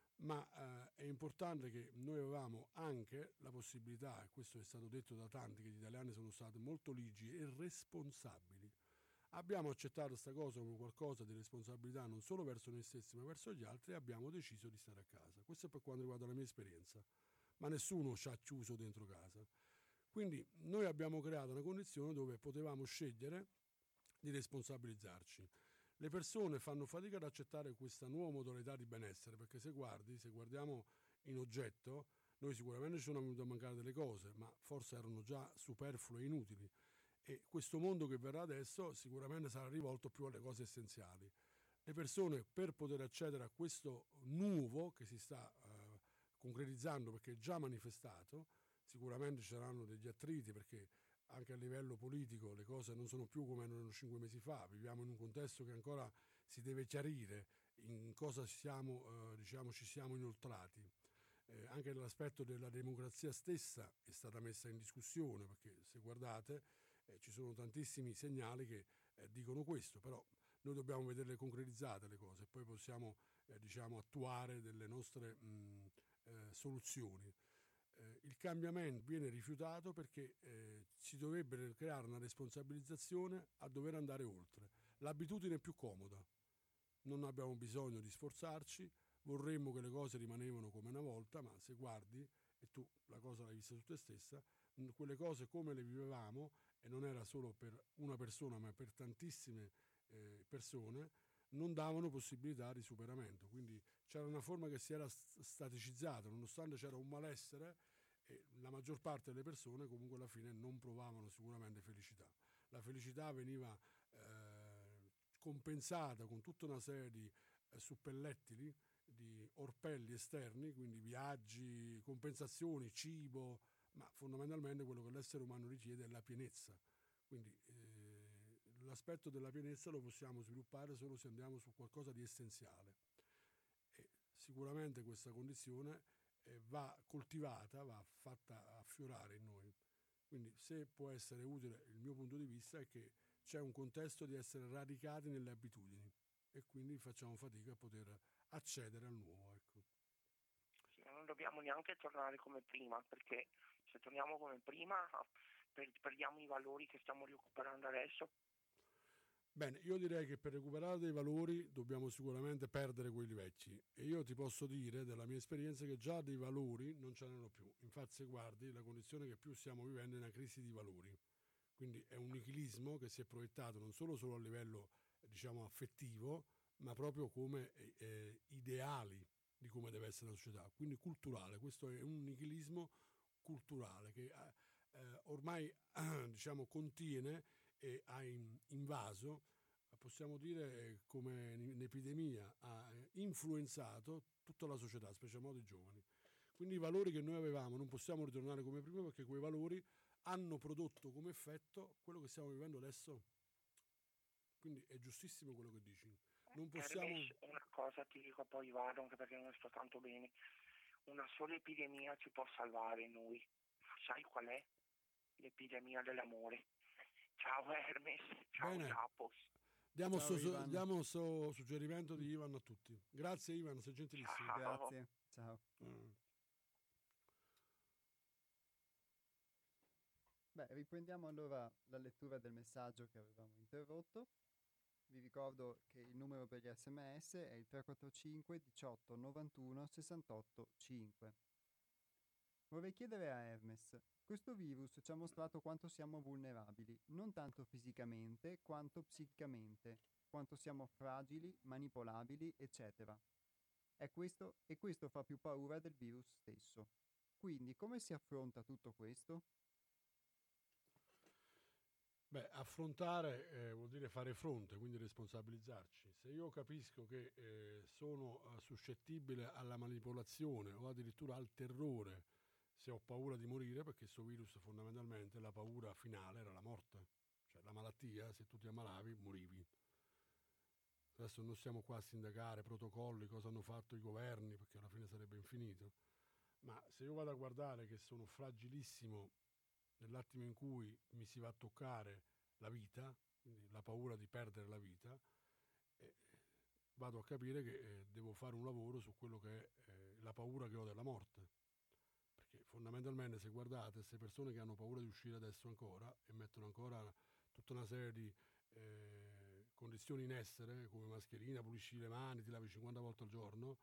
Ma è importante che noi avevamo anche la possibilità, e questo è stato detto da tanti, che gli italiani sono stati molto ligi e responsabili. Abbiamo accettato questa cosa come qualcosa di responsabilità non solo verso noi stessi ma verso gli altri e abbiamo deciso di stare a casa. Questo è per quanto riguarda la mia esperienza, ma nessuno ci ha chiuso dentro casa. Quindi noi abbiamo creato una condizione dove potevamo scegliere di responsabilizzarci. Le persone fanno fatica ad accettare questa nuova modalità di benessere perché se guardiamo in oggetto, noi sicuramente ci sono venute a mancare delle cose, ma forse erano già superflue e inutili. E questo mondo che verrà adesso sicuramente sarà rivolto più alle cose essenziali. Le persone per poter accedere a questo nuovo che si sta concretizzando perché è già manifestato, sicuramente ci saranno degli attriti perché anche a livello politico le cose non sono più come erano 5 mesi fa, viviamo in un contesto che ancora si deve chiarire in cosa ci siamo inoltrati. Anche l'aspetto della democrazia stessa è stata messa in discussione perché se guardate ci sono tantissimi segnali che dicono questo, però noi dobbiamo vederle concretizzate le cose e poi possiamo attuare delle nostre soluzioni. Il cambiamento viene rifiutato perché si dovrebbe creare una responsabilizzazione a dover andare oltre. L'abitudine è più comoda, non abbiamo bisogno di sforzarci, vorremmo che le cose rimanevano come una volta, ma se guardi, e tu la cosa l'hai vista su te stessa, quelle cose come le vivevamo e non era solo per una persona ma per tantissime persone, non davano possibilità di superamento, quindi c'era una forma che si era staticizzata, nonostante c'era un malessere, e la maggior parte delle persone comunque alla fine non provavano sicuramente felicità. La felicità veniva compensata con tutta una serie di suppellettili, di orpelli esterni, quindi viaggi, compensazioni, cibo, ma fondamentalmente quello che l'essere umano richiede è la pienezza. Quindi l'aspetto della pienezza lo possiamo sviluppare solo se andiamo su qualcosa di essenziale. E sicuramente questa condizione va coltivata, va fatta affiorare in noi. Quindi se può essere utile, il mio punto di vista è che c'è un contesto di essere radicati nelle abitudini e quindi facciamo fatica a poter accedere al nuovo. Ecco. Sì, non dobbiamo neanche tornare come prima, perché se torniamo come prima perdiamo i valori che stiamo recuperando adesso. Bene, io direi che per recuperare dei valori dobbiamo sicuramente perdere quelli vecchi, e io ti posso dire dalla mia esperienza che già dei valori non ce n'erano più. Infatti se guardi, la condizione che più stiamo vivendo è una crisi di valori, quindi è un nichilismo che si è proiettato non solo a livello diciamo affettivo, ma proprio come ideali di come deve essere la società, quindi culturale. Questo è un nichilismo culturale che ormai diciamo contiene e ha invaso, possiamo dire come un'epidemia, ha influenzato tutta la società, specialmente i giovani. Quindi i valori che noi avevamo non possiamo ritornare come prima, perché quei valori hanno prodotto come effetto quello che stiamo vivendo adesso. Quindi è giustissimo quello che dici. Non possiamo... Hermes, una cosa ti dico, poi vado anche perché non sto tanto bene. Una sola epidemia ci può salvare noi. Sai qual è? L'epidemia dell'amore. Ciao Hermes, ciao Bene. Giapos. Diamo sto suggerimento di Ivan a tutti. Grazie Ivan, sei gentilissimo. Ciao. Grazie, ciao. Beh, riprendiamo allora la lettura del messaggio che avevamo interrotto. Vi ricordo che il numero per gli SMS è il 345 18 91 68 5. Vorrei chiedere a Hermes, questo virus ci ha mostrato quanto siamo vulnerabili, non tanto fisicamente quanto psicicamente, quanto siamo fragili, manipolabili, eccetera. E questo fa più paura del virus stesso. Quindi come si affronta tutto questo? Beh, affrontare vuol dire fare fronte, quindi responsabilizzarci. Se io capisco che sono suscettibile alla manipolazione o addirittura al terrore, se ho paura di morire, perché questo virus fondamentalmente la paura finale era la morte, cioè la malattia, se tu ti ammalavi morivi. Adesso non stiamo qua a sindacare protocolli, cosa hanno fatto i governi, perché alla fine sarebbe infinito, ma se io vado a guardare che sono fragilissimo nell'attimo in cui mi si va a toccare la vita, quindi la paura di perdere la vita, vado a capire che devo fare un lavoro su quello che è la paura che ho della morte. Perché fondamentalmente, se guardate, queste persone che hanno paura di uscire adesso ancora e mettono ancora tutta una serie di condizioni in essere, come mascherina, pulisci le mani, ti lavi 50 volte al giorno,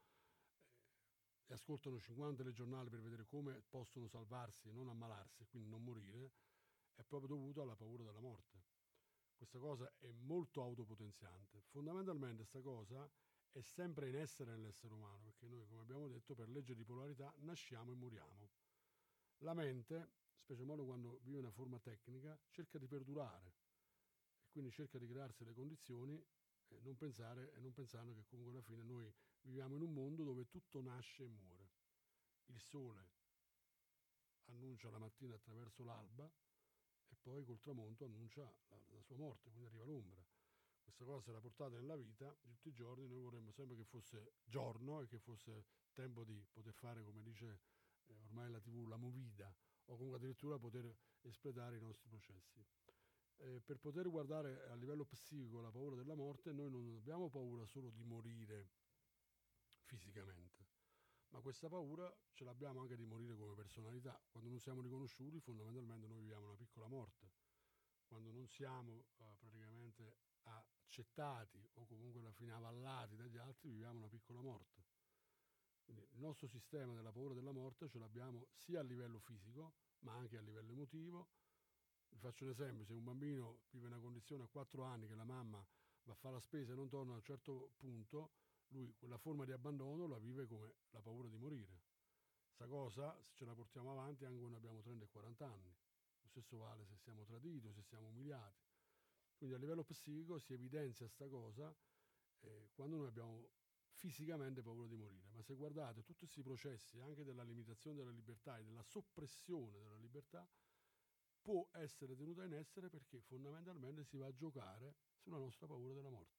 e ascoltano 50 telegiornali per vedere come possono salvarsi e non ammalarsi, quindi non morire, è proprio dovuto alla paura della morte. Questa cosa è molto autopotenziante. Fondamentalmente questa cosa è sempre in essere nell'essere umano, perché noi, come abbiamo detto, per legge di polarità nasciamo e moriamo. La mente, specialmente quando vive una forma tecnica, cerca di perdurare e quindi cerca di crearsi le condizioni e non pensare che comunque alla fine noi viviamo in un mondo dove tutto nasce e muore. Il sole annuncia la mattina attraverso l'alba e poi col tramonto annuncia la sua morte, quindi arriva l'ombra. Questa cosa se la portate nella vita di tutti i giorni, noi vorremmo sempre che fosse giorno e che fosse tempo di poter fare, come dice ormai la TV, la movida, o comunque addirittura poter espletare i nostri processi. Per poter guardare a livello psichico la paura della morte, noi non abbiamo paura solo di morire fisicamente, ma questa paura ce l'abbiamo anche di morire come personalità. Quando non siamo riconosciuti, fondamentalmente noi viviamo una piccola morte. Quando non siamo praticamente accettati o comunque alla fine avallati dagli altri, viviamo una piccola morte. Quindi il nostro sistema della paura della morte ce l'abbiamo sia a livello fisico, ma anche a livello emotivo, Vi faccio un esempio: se un bambino vive una condizione a 4 anni che la mamma va a fare la spesa e non torna a un certo punto, lui quella forma di abbandono la vive come la paura di morire. Sta cosa, se ce la portiamo avanti anche quando abbiamo 30 e 40 anni. Lo stesso vale se siamo traditi o se siamo umiliati. Quindi a livello psichico si evidenzia sta cosa quando noi abbiamo fisicamente paura di morire. Ma se guardate tutti questi processi, anche della limitazione della libertà e della soppressione della libertà, può essere tenuta in essere perché fondamentalmente si va a giocare sulla nostra paura della morte.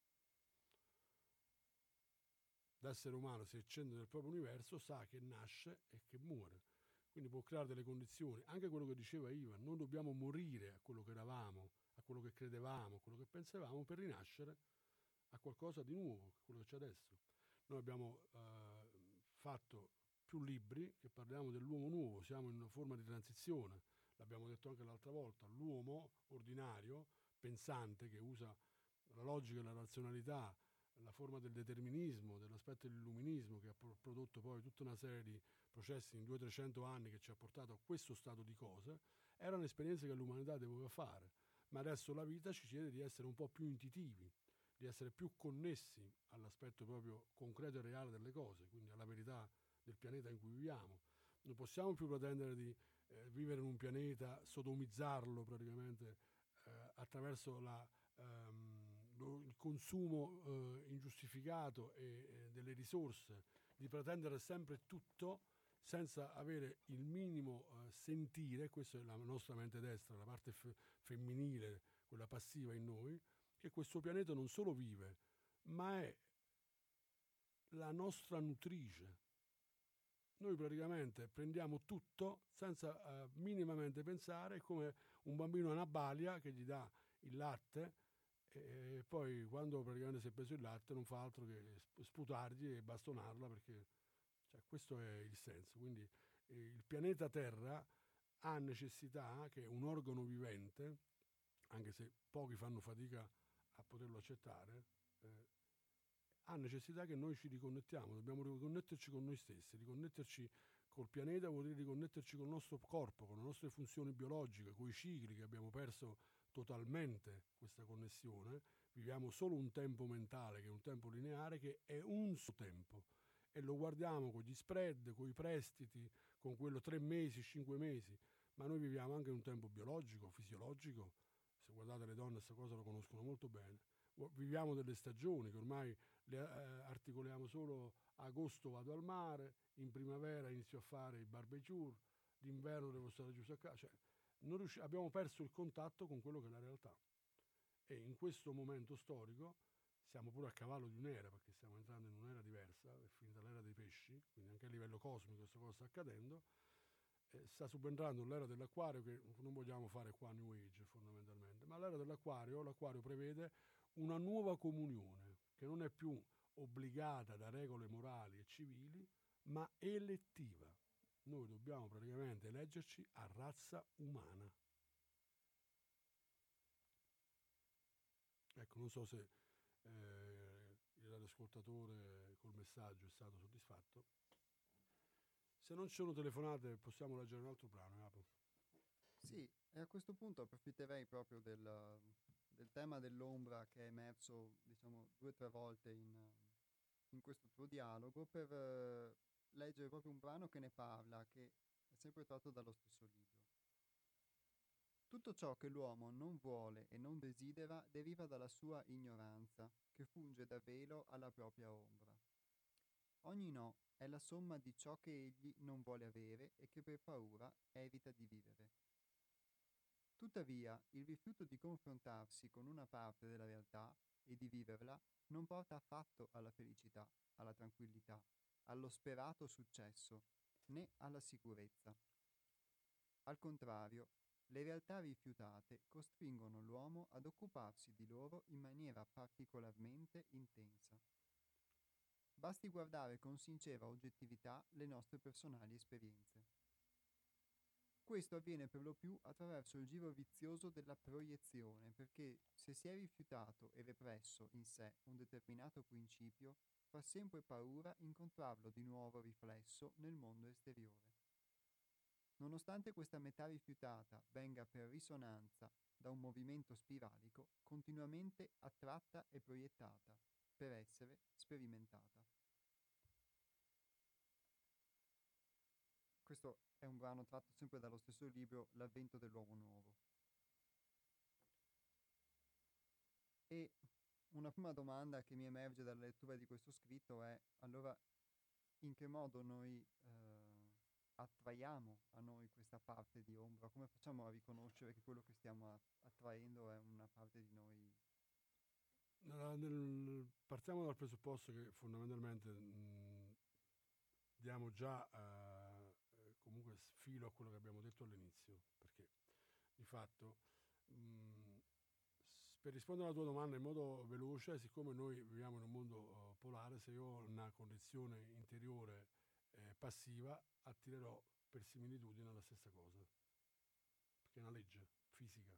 L'essere umano si accende nel proprio universo, sa che nasce e che muore, quindi può creare delle condizioni. Anche quello che diceva Ivan, non dobbiamo morire a quello che eravamo, a quello che credevamo, a quello che pensavamo, per rinascere a qualcosa di nuovo, quello che c'è adesso. Noi abbiamo fatto più libri che parliamo dell'uomo nuovo, siamo in una forma di transizione, l'abbiamo detto anche l'altra volta. L'uomo ordinario, pensante, che usa la logica e la razionalità, la forma del determinismo, dell'aspetto dell'illuminismo, che ha prodotto poi tutta una serie di processi in 200-300 anni che ci ha portato a questo stato di cose, era un'esperienza che l'umanità doveva fare. Ma adesso la vita ci chiede di essere un po' più intuitivi, di essere più connessi all'aspetto proprio concreto e reale delle cose, quindi alla verità del pianeta in cui viviamo. Non possiamo più pretendere di vivere in un pianeta, sodomizzarlo praticamente attraverso il consumo ingiustificato delle risorse, di pretendere sempre tutto senza avere il minimo sentire. Questa è la nostra mente destra, la parte femminile, quella passiva in noi, che questo pianeta non solo vive, ma è la nostra nutrice. Noi praticamente prendiamo tutto senza minimamente pensare, come un bambino a una balia che gli dà il latte e poi quando praticamente si è preso il latte non fa altro che sputargli e bastonarla, perché questo è il senso. Quindi il pianeta Terra ha necessità che un organo vivente, anche se pochi fanno fatica a poterlo accettare, ha necessità che noi ci riconnettiamo, dobbiamo riconnetterci con noi stessi. Riconnetterci col pianeta vuol dire riconnetterci con il nostro corpo, con le nostre funzioni biologiche, con i cicli che abbiamo perso totalmente questa connessione. Viviamo solo un tempo mentale, che è un tempo lineare, che è un suo tempo, e lo guardiamo con gli spread, con i prestiti, con quello 3 mesi, 5 mesi, ma noi viviamo anche un tempo biologico, fisiologico. Se guardate le donne questa cosa lo conoscono molto bene. Viviamo delle stagioni che ormai le articoliamo solo: agosto vado al mare, in primavera inizio a fare i barbecue, d'inverno devo stare giusto a casa. Abbiamo perso il contatto con quello che è la realtà, e in questo momento storico siamo pure a cavallo di un'era, perché stiamo entrando in un'era diversa, è finita l'era dei pesci, quindi anche a livello cosmico questa cosa sta accadendo. Sta subentrando l'era dell'acquario, che non vogliamo fare qua New Age fondamentalmente, ma l'era dell'acquario, l'acquario prevede una nuova comunione che non è più obbligata da regole morali e civili, ma elettiva. Noi dobbiamo praticamente eleggerci a razza umana. Ecco, non so se il radioascoltatore col messaggio è stato soddisfatto. Se non ci sono telefonate possiamo leggere un altro brano, Jacopo. Sì, e a questo punto approfitterei proprio del tema dell'ombra che è emerso, diciamo, 2 o 3 volte in questo tuo dialogo, per leggere proprio un brano che ne parla, che è sempre tratto dallo stesso libro. Tutto ciò che l'uomo non vuole e non desidera deriva dalla sua ignoranza, che funge da velo alla propria ombra. Ogni no è la somma di ciò che egli non vuole avere e che per paura evita di vivere. Tuttavia, il rifiuto di confrontarsi con una parte della realtà e di viverla non porta affatto alla felicità, alla tranquillità, allo sperato successo, né alla sicurezza. Al contrario, le realtà rifiutate costringono l'uomo ad occuparsi di loro in maniera particolarmente intensa. Basti guardare con sincera oggettività le nostre personali esperienze. Questo avviene per lo più attraverso il giro vizioso della proiezione, perché se si è rifiutato e represso in sé un determinato principio, fa sempre paura incontrarlo di nuovo riflesso nel mondo esteriore. Nonostante questa metà rifiutata venga per risonanza da un movimento spiralico, continuamente attratta e proiettata, per essere sperimentata. Questo è un brano tratto sempre dallo stesso libro, L'avvento dell'uomo nuovo. E una prima domanda che mi emerge dalla lettura di questo scritto è: allora, in che modo noi attraiamo a noi questa parte di ombra? Come facciamo a riconoscere che quello che stiamo attraendo è una parte di noi? Partiamo dal presupposto che fondamentalmente diamo già comunque filo a quello che abbiamo detto all'inizio, perché di fatto per rispondere alla tua domanda in modo veloce, siccome noi viviamo in un mondo polare, se io ho una condizione interiore passiva, attirerò per similitudine alla stessa cosa, perché è una legge fisica.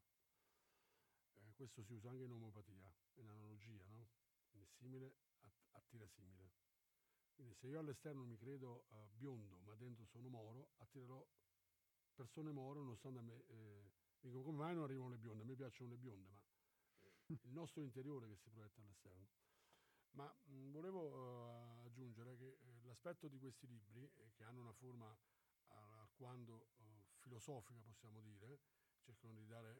Questo si usa anche in omeopatia, in analogia, no? Quindi simile attira simile. Quindi se io all'esterno mi credo biondo, ma dentro sono moro, attirerò persone moro, nonostante a me... dico, come mai non arrivano le bionde? A me piacciono le bionde, ma il nostro interiore che si proietta all'esterno. Ma volevo aggiungere che l'aspetto di questi libri, che hanno una forma alquanto filosofica, possiamo dire, cercano di dare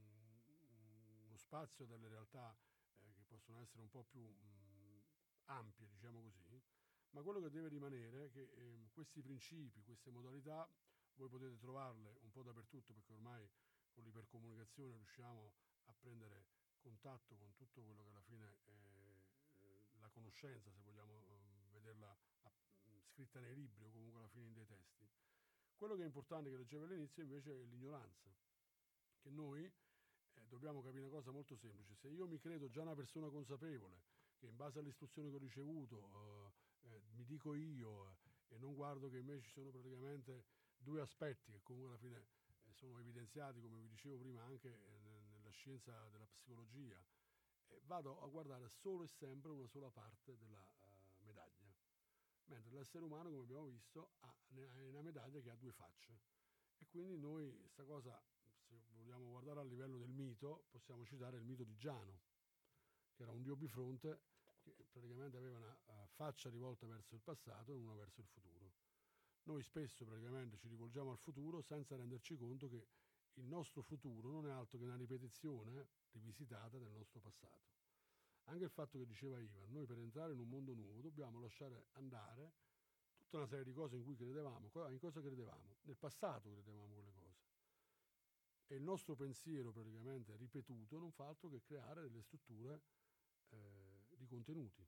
uno spazio a delle realtà che possono essere un po' più ampie, diciamo così, ma quello che deve rimanere è che questi principi, queste modalità, voi potete trovarle un po' dappertutto, perché ormai con l'ipercomunicazione riusciamo a prendere contatto con tutto quello che alla fine è la conoscenza, se vogliamo vederla scritta nei libri o comunque alla fine in dei testi. Quello che è importante, che leggevo all'inizio, invece è l'ignoranza, che noi dobbiamo capire una cosa molto semplice: se io mi credo già una persona consapevole, che in base alle istruzioni che ho ricevuto mi dico io e non guardo che invece ci sono praticamente due aspetti che comunque alla fine sono evidenziati, come vi dicevo prima, anche nella scienza della psicologia, vado a guardare solo e sempre una sola parte della medaglia, mentre l'essere umano, come abbiamo visto, ha una medaglia che ha due facce. E quindi noi questa cosa, se vogliamo guardare a livello del mito, possiamo citare il mito di Giano, che era un dio bifronte che praticamente aveva una faccia rivolta verso il passato e una verso il futuro. Noi spesso praticamente ci rivolgiamo al futuro senza renderci conto che il nostro futuro non è altro che una ripetizione rivisitata del nostro passato. Anche il fatto che diceva Ivan, noi per entrare in un mondo nuovo dobbiamo lasciare andare tutta una serie di cose in cui credevamo. In cosa credevamo? Nel passato credevamo quelle cose. E il nostro pensiero praticamente ripetuto non fa altro che creare delle strutture di contenuti.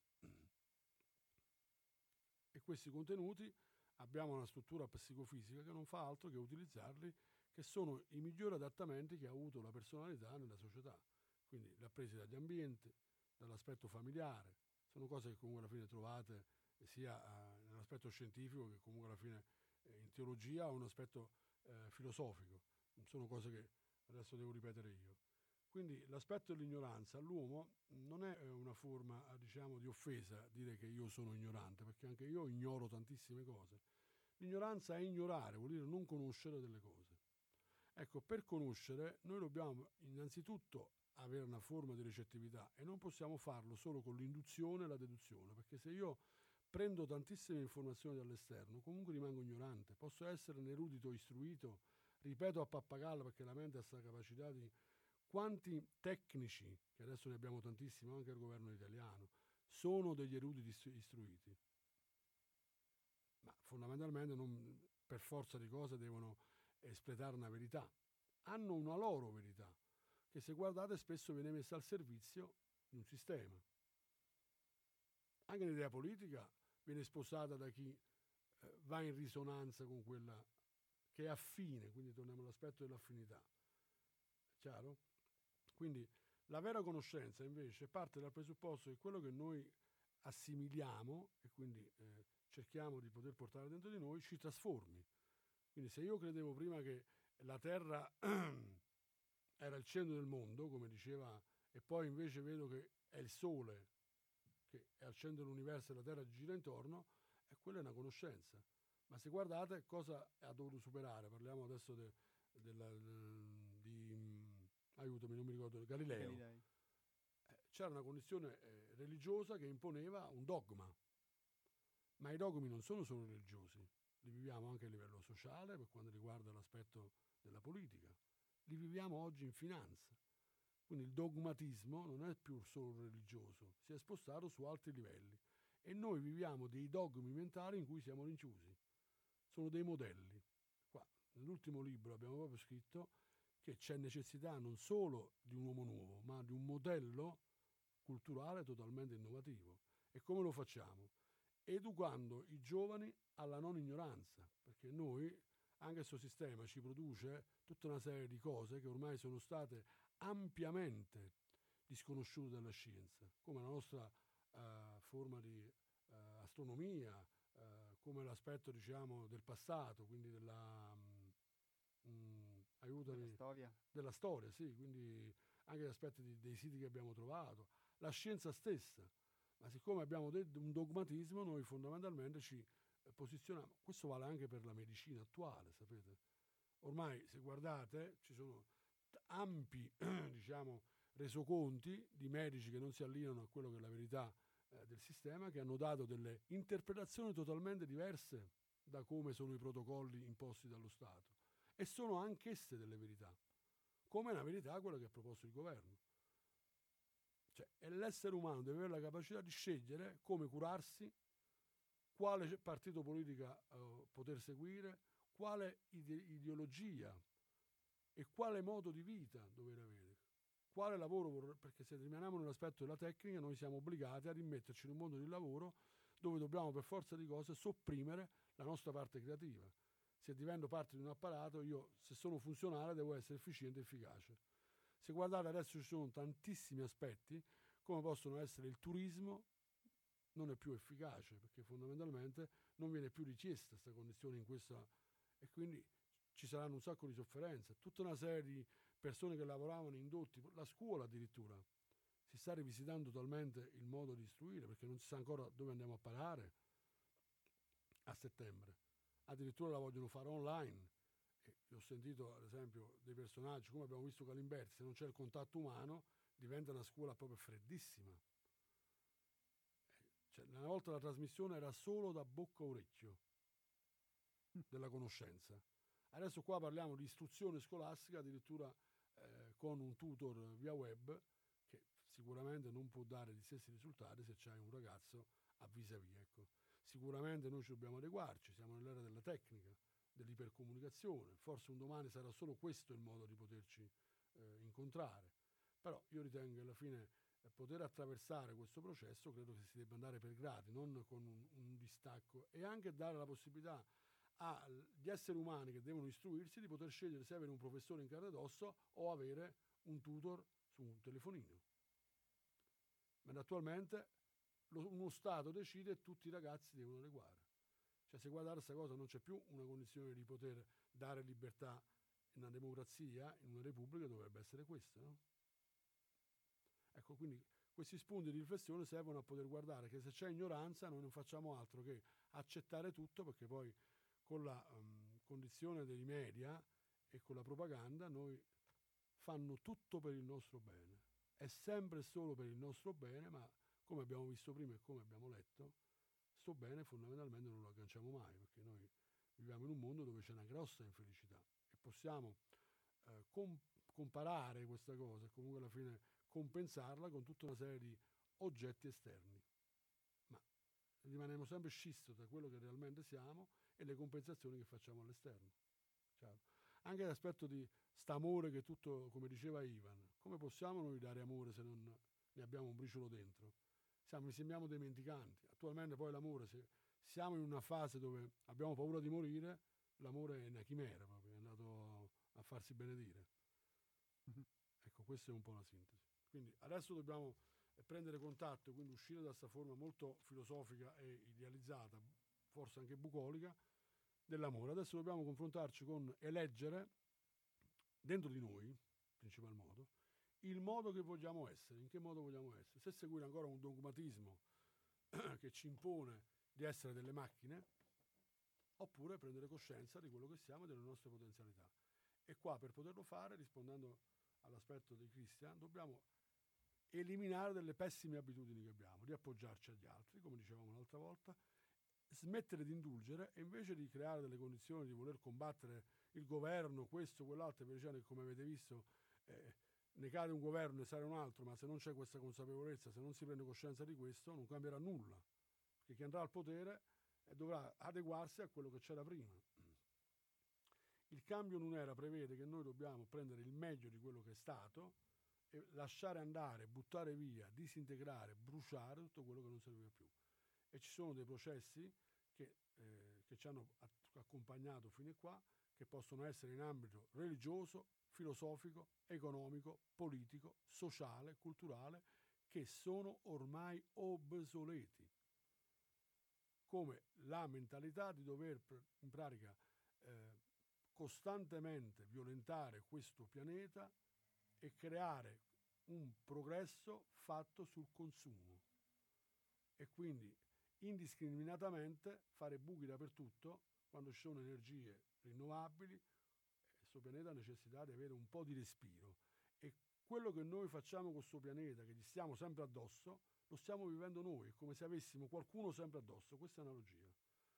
E questi contenuti abbiamo una struttura psicofisica che non fa altro che utilizzarli, che sono i migliori adattamenti che ha avuto la personalità nella società. Quindi li ha presi dagli ambienti, dall'aspetto familiare, sono cose che comunque alla fine trovate sia nell'aspetto scientifico che comunque alla fine in teologia o un aspetto filosofico. Non sono cose che adesso devo ripetere io. Quindi l'aspetto dell'ignoranza all'uomo non è una forma, diciamo, di offesa dire che io sono ignorante, perché anche io ignoro tantissime cose. L'ignoranza è ignorare, vuol dire non conoscere delle cose. Ecco, per conoscere noi dobbiamo innanzitutto avere una forma di recettività e non possiamo farlo solo con l'induzione e la deduzione, perché se io prendo tantissime informazioni dall'esterno comunque rimango ignorante. Posso essere un erudito istruito, ripeto a pappagallo, perché la mente ha questa capacità di... Quanti tecnici, che adesso ne abbiamo tantissimi anche al governo italiano, sono degli eruditi istruiti? Ma fondamentalmente non, per forza di cose devono espletare una verità. Hanno una loro verità, che se guardate spesso viene messa al servizio di un sistema. Anche l'idea politica viene sposata da chi va in risonanza con quella che è affine, quindi torniamo all'aspetto dell'affinità. È chiaro? Quindi la vera conoscenza invece parte dal presupposto che quello che noi assimiliamo e quindi cerchiamo di poter portare dentro di noi ci trasformi. Quindi se io credevo prima che la Terra era il centro del mondo, come diceva, e poi invece vedo che è il Sole che è al centro dell'universo e la Terra gira intorno, e quella è una conoscenza. Ma se guardate cosa ha dovuto superare, parliamo adesso aiutami, non mi ricordo, Galileo. Galilei. C'era una condizione religiosa che imponeva un dogma, ma i dogmi non sono solo religiosi, li viviamo anche a livello sociale per quanto riguarda l'aspetto della politica, li viviamo oggi in finanza. Quindi il dogmatismo non è più solo religioso, si è spostato su altri livelli e noi viviamo dei dogmi mentali in cui siamo rinchiusi. Sono dei modelli. Qua, nell'ultimo libro abbiamo proprio scritto che c'è necessità non solo di un uomo nuovo, ma di un modello culturale totalmente innovativo. E come lo facciamo? Educando i giovani alla non ignoranza, perché noi, anche questo sistema ci produce tutta una serie di cose che ormai sono state ampiamente disconosciute dalla scienza, come la nostra forma di astronomia, come l'aspetto diciamo del passato, quindi aiutami, della storia, sì, quindi anche gli aspetti dei siti che abbiamo trovato, la scienza stessa. Ma siccome abbiamo un dogmatismo, noi fondamentalmente ci posizioniamo. Questo vale anche per la medicina attuale, sapete. Ormai, se guardate, ci sono ampi diciamo, resoconti di medici che non si allineano a quello che è la verità del sistema, che hanno dato delle interpretazioni totalmente diverse da come sono i protocolli imposti dallo Stato. E sono anch'esse delle verità, come è una verità quella che ha proposto il governo. Cioè, l'essere umano deve avere la capacità di scegliere come curarsi, quale partito politico poter seguire, quale ideologia e quale modo di vita dover avere, quale lavoro perché se rimaniamo nell'aspetto della tecnica noi siamo obbligati a rimetterci in un mondo di lavoro dove dobbiamo per forza di cose sopprimere la nostra parte creativa. Se divento parte di un apparato, io se sono funzionale devo essere efficiente e efficace. Se guardate adesso ci sono tantissimi aspetti, come possono essere il turismo, non è più efficace perché fondamentalmente non viene più richiesta questa condizione in questa, e quindi ci saranno un sacco di sofferenze. Tutta una serie di persone che lavoravano indotti, la scuola addirittura, si sta rivisitando totalmente il modo di istruire perché non si sa ancora dove andiamo a parare a settembre. Addirittura la vogliono fare online. E ho sentito ad esempio dei personaggi come abbiamo visto Galimberti, se non c'è il contatto umano diventa una scuola proprio freddissima. Cioè, una volta la trasmissione era solo da bocca a orecchio della conoscenza. Adesso qua parliamo di istruzione scolastica addirittura con un tutor via web che sicuramente non può dare gli stessi risultati se c'hai un ragazzo a vis-à-vis, ecco. Sicuramente noi ci dobbiamo adeguarci, siamo nell'era della tecnica, dell'ipercomunicazione, forse un domani sarà solo questo il modo di poterci incontrare, però io ritengo che alla fine poter attraversare questo processo credo che si debba andare per gradi, non con un distacco, e anche dare la possibilità agli esseri umani che devono istruirsi di poter scegliere se avere un professore in carne ed ossa o avere un tutor su un telefonino. Ma attualmente uno Stato decide e tutti i ragazzi devono adeguare. Cioè, se guardate questa cosa non c'è più una condizione di poter dare libertà in una democrazia, in una repubblica dovrebbe essere questa, no? Ecco, quindi questi spunti di riflessione servono a poter guardare che se c'è ignoranza noi non facciamo altro che accettare tutto, perché poi con la condizione dei media e con la propaganda noi fanno tutto per il nostro bene. È sempre solo per il nostro bene, ma come abbiamo visto prima e come abbiamo letto, sto bene fondamentalmente non lo agganciamo mai, perché noi viviamo in un mondo dove c'è una grossa infelicità e possiamo comparare questa cosa e comunque alla fine compensarla con tutta una serie di oggetti esterni, ma rimaniamo sempre scisso da quello che realmente siamo e le compensazioni che facciamo all'esterno. Chiaro? Anche l'aspetto di st'amore che tutto, come diceva Ivan, come possiamo noi dare amore se non ne abbiamo un briciolo dentro? Mi sembriamo dimenticanti. Attualmente poi l'amore, se siamo in una fase dove abbiamo paura di morire, l'amore è una chimera proprio, è andato a farsi benedire. Ecco, questa è un po' la sintesi. Quindi adesso dobbiamo prendere contatto, quindi uscire da questa forma molto filosofica e idealizzata, forse anche bucolica, dell'amore. Adesso dobbiamo confrontarci con eleggere dentro di noi, principal modo, il modo che vogliamo essere, in che modo vogliamo essere. Se seguire ancora un dogmatismo che ci impone di essere delle macchine, oppure prendere coscienza di quello che siamo e delle nostre potenzialità. E qua, per poterlo fare, rispondendo all'aspetto di Christian, dobbiamo eliminare delle pessime abitudini che abbiamo, di appoggiarci agli altri, come dicevamo l'altra volta, smettere di indulgere e invece di creare delle condizioni di voler combattere il governo, questo, quell'altro, che come avete visto ne cade un governo e sarà un altro, ma se non c'è questa consapevolezza, se non si prende coscienza di questo, non cambierà nulla, perché chi andrà al potere dovrà adeguarsi a quello che c'era prima. Il cambio in un'era prevede che noi dobbiamo prendere il meglio di quello che è stato e lasciare andare, buttare via, disintegrare, bruciare tutto quello che non serviva più. E ci sono dei processi che ci hanno accompagnato fino a qua, che possono essere in ambito religioso, filosofico, economico, politico, sociale, culturale, che sono ormai obsoleti, come la mentalità di dover in pratica costantemente violentare questo pianeta e creare un progresso fatto sul consumo e quindi indiscriminatamente fare buchi dappertutto quando ci sono energie rinnovabili. Questo pianeta ha necessità di avere un po' di respiro e quello che noi facciamo con questo pianeta, che gli stiamo sempre addosso, lo stiamo vivendo noi, è come se avessimo qualcuno sempre addosso. Questa è analogia.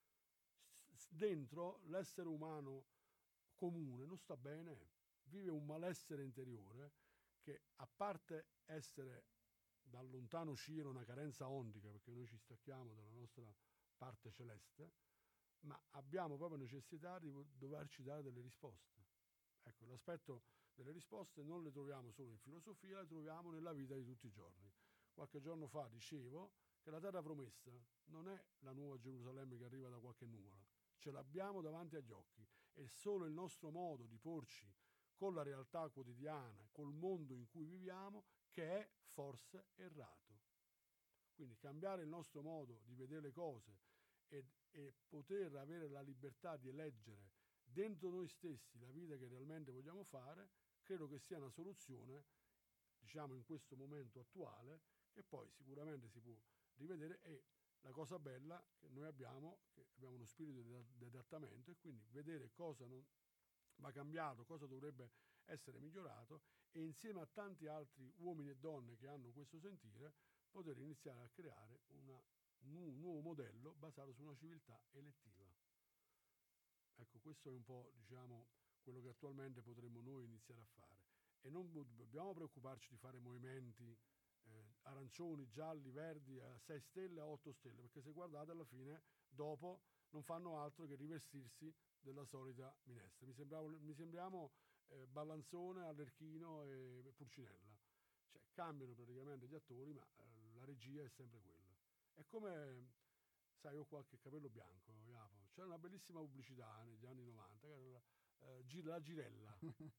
Dentro l'essere umano comune non sta bene, vive un malessere interiore che, a parte essere dal lontano cielo una carenza ondica, perché noi ci stacchiamo dalla nostra parte celeste, ma abbiamo proprio necessità di doverci dare delle risposte. Ecco, l'aspetto delle risposte non le troviamo solo in filosofia, le troviamo nella vita di tutti i giorni. Qualche giorno fa dicevo che la terra promessa non è la nuova Gerusalemme che arriva da qualche nuvola, ce l'abbiamo davanti agli occhi, è solo il nostro modo di porci con la realtà quotidiana, col mondo in cui viviamo, che è forse errato. Quindi cambiare il nostro modo di vedere le cose e poter avere la libertà di eleggere dentro noi stessi la vita che realmente vogliamo fare, credo che sia una soluzione, diciamo in questo momento attuale, che poi sicuramente si può rivedere. E la cosa bella che noi abbiamo, che abbiamo uno spirito di adattamento, e quindi vedere cosa non va cambiato, cosa dovrebbe essere migliorato, e insieme a tanti altri uomini e donne che hanno questo sentire poter iniziare a creare un nuovo modello basato su una civiltà elettiva. Ecco, questo è un po', diciamo, quello che attualmente potremmo noi iniziare a fare, e non dobbiamo preoccuparci di fare movimenti arancioni, gialli, verdi, a 6 stelle, a 8 stelle, perché se guardate alla fine dopo non fanno altro che rivestirsi della solita minestra. Mi sembriamo Ballanzone, Arlecchino e Pulcinella, cioè cambiano praticamente gli attori, ma la regia è sempre quella. È come, sai, ho qualche capello bianco, Jacopo. C'era una bellissima pubblicità negli anni 90 che era la Girella.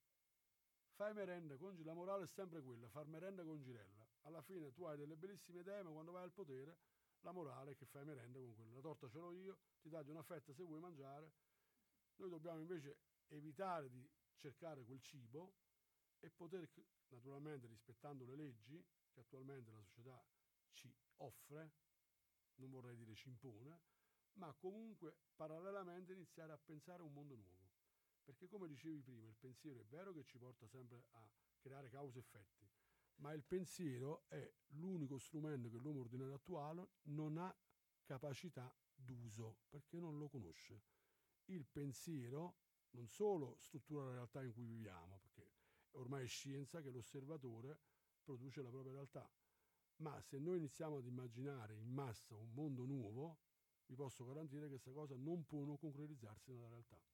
Fai merenda con la morale è sempre quella, far merenda con Girella. Alla fine tu hai delle bellissime idee, ma quando vai al potere la morale è che fai merenda con quella. La torta ce l'ho io, ti taglio una fetta se vuoi mangiare. Noi dobbiamo invece evitare di cercare quel cibo e poter, naturalmente rispettando le leggi che attualmente la società ci offre, non vorrei dire ci impone, ma comunque parallelamente iniziare a pensare a un mondo nuovo. Perché, come dicevi prima, il pensiero è vero che ci porta sempre a creare cause e effetti, ma il pensiero è l'unico strumento che l'uomo ordinario attuale non ha capacità d'uso, perché non lo conosce. Il pensiero non solo struttura la realtà in cui viviamo, perché ormai è scienza che l'osservatore produce la propria realtà, ma se noi iniziamo ad immaginare in massa un mondo nuovo, vi posso garantire che questa cosa non può non concretizzarsi nella realtà.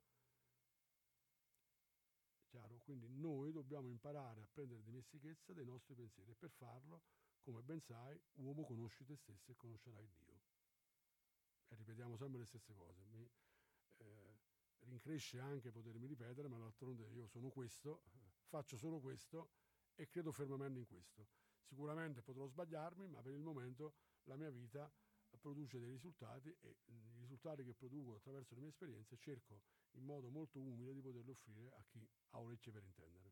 Chiaro? Quindi noi dobbiamo imparare a prendere dimestichezza dei nostri pensieri, e per farlo, come ben sai, uomo, conosci te stesso e conoscerai Dio. E ripetiamo sempre le stesse cose. Mi rincresce anche potermi ripetere, ma d'altronde io sono questo, faccio solo questo e credo fermamente in questo. Sicuramente potrò sbagliarmi, ma per il momento la mia vita produce dei risultati, e i risultati che produco attraverso le mie esperienze cerco in modo molto umile di poterli offrire a chi ha orecchie per intendere.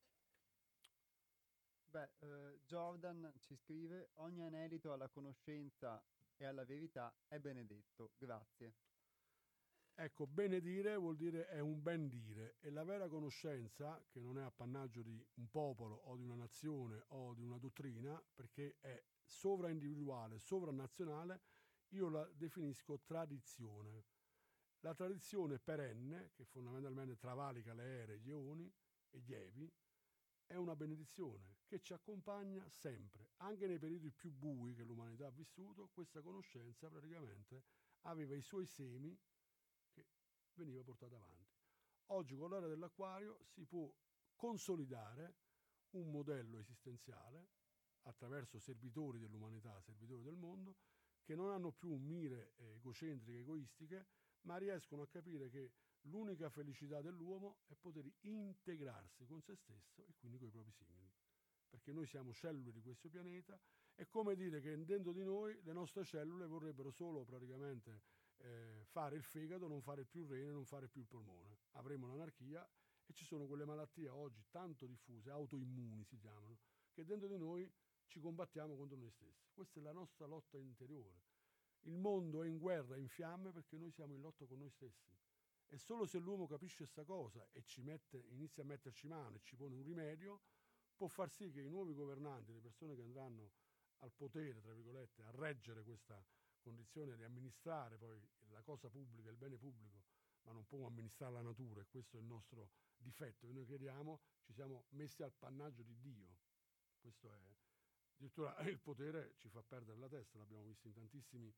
Jordan ci scrive: ogni anelito alla conoscenza e alla verità è benedetto. Grazie. Ecco, benedire vuol dire è un ben dire, e la vera conoscenza, che non è appannaggio di un popolo o di una nazione o di una dottrina, perché è sovraindividuale, sovranazionale, io la definisco tradizione. La tradizione perenne, che fondamentalmente travalica le ere, gli eoni e gli evi, è una benedizione che ci accompagna sempre, anche nei periodi più bui che l'umanità ha vissuto. Questa conoscenza praticamente aveva i suoi semi che veniva portata avanti. Oggi con l'era dell'acquario si può consolidare un modello esistenziale attraverso servitori dell'umanità, servitori del mondo, che non hanno più mire egocentriche, egoistiche, ma riescono a capire che l'unica felicità dell'uomo è poter integrarsi con se stesso e quindi con i propri simili. Perché noi siamo cellule di questo pianeta, è come dire che dentro di noi le nostre cellule vorrebbero solo praticamente fare il fegato, non fare più il rene, non fare più il polmone. Avremo l'anarchia e ci sono quelle malattie oggi tanto diffuse, autoimmuni si chiamano, che dentro di noi ci combattiamo contro noi stessi. Questa è la nostra lotta interiore. Il mondo è in guerra, in fiamme, perché noi siamo in lotta con noi stessi. E solo se l'uomo capisce questa cosa e inizia a metterci mano e ci pone un rimedio, può far sì che i nuovi governanti, le persone che andranno al potere, tra virgolette, a reggere questa condizione di amministrare poi la cosa pubblica, il bene pubblico, ma non può amministrare la natura, e questo è il nostro difetto, che noi crediamo ci siamo messi al pannaggio di Dio. Questo è, addirittura il potere ci fa perdere la testa, l'abbiamo visto in tantissimi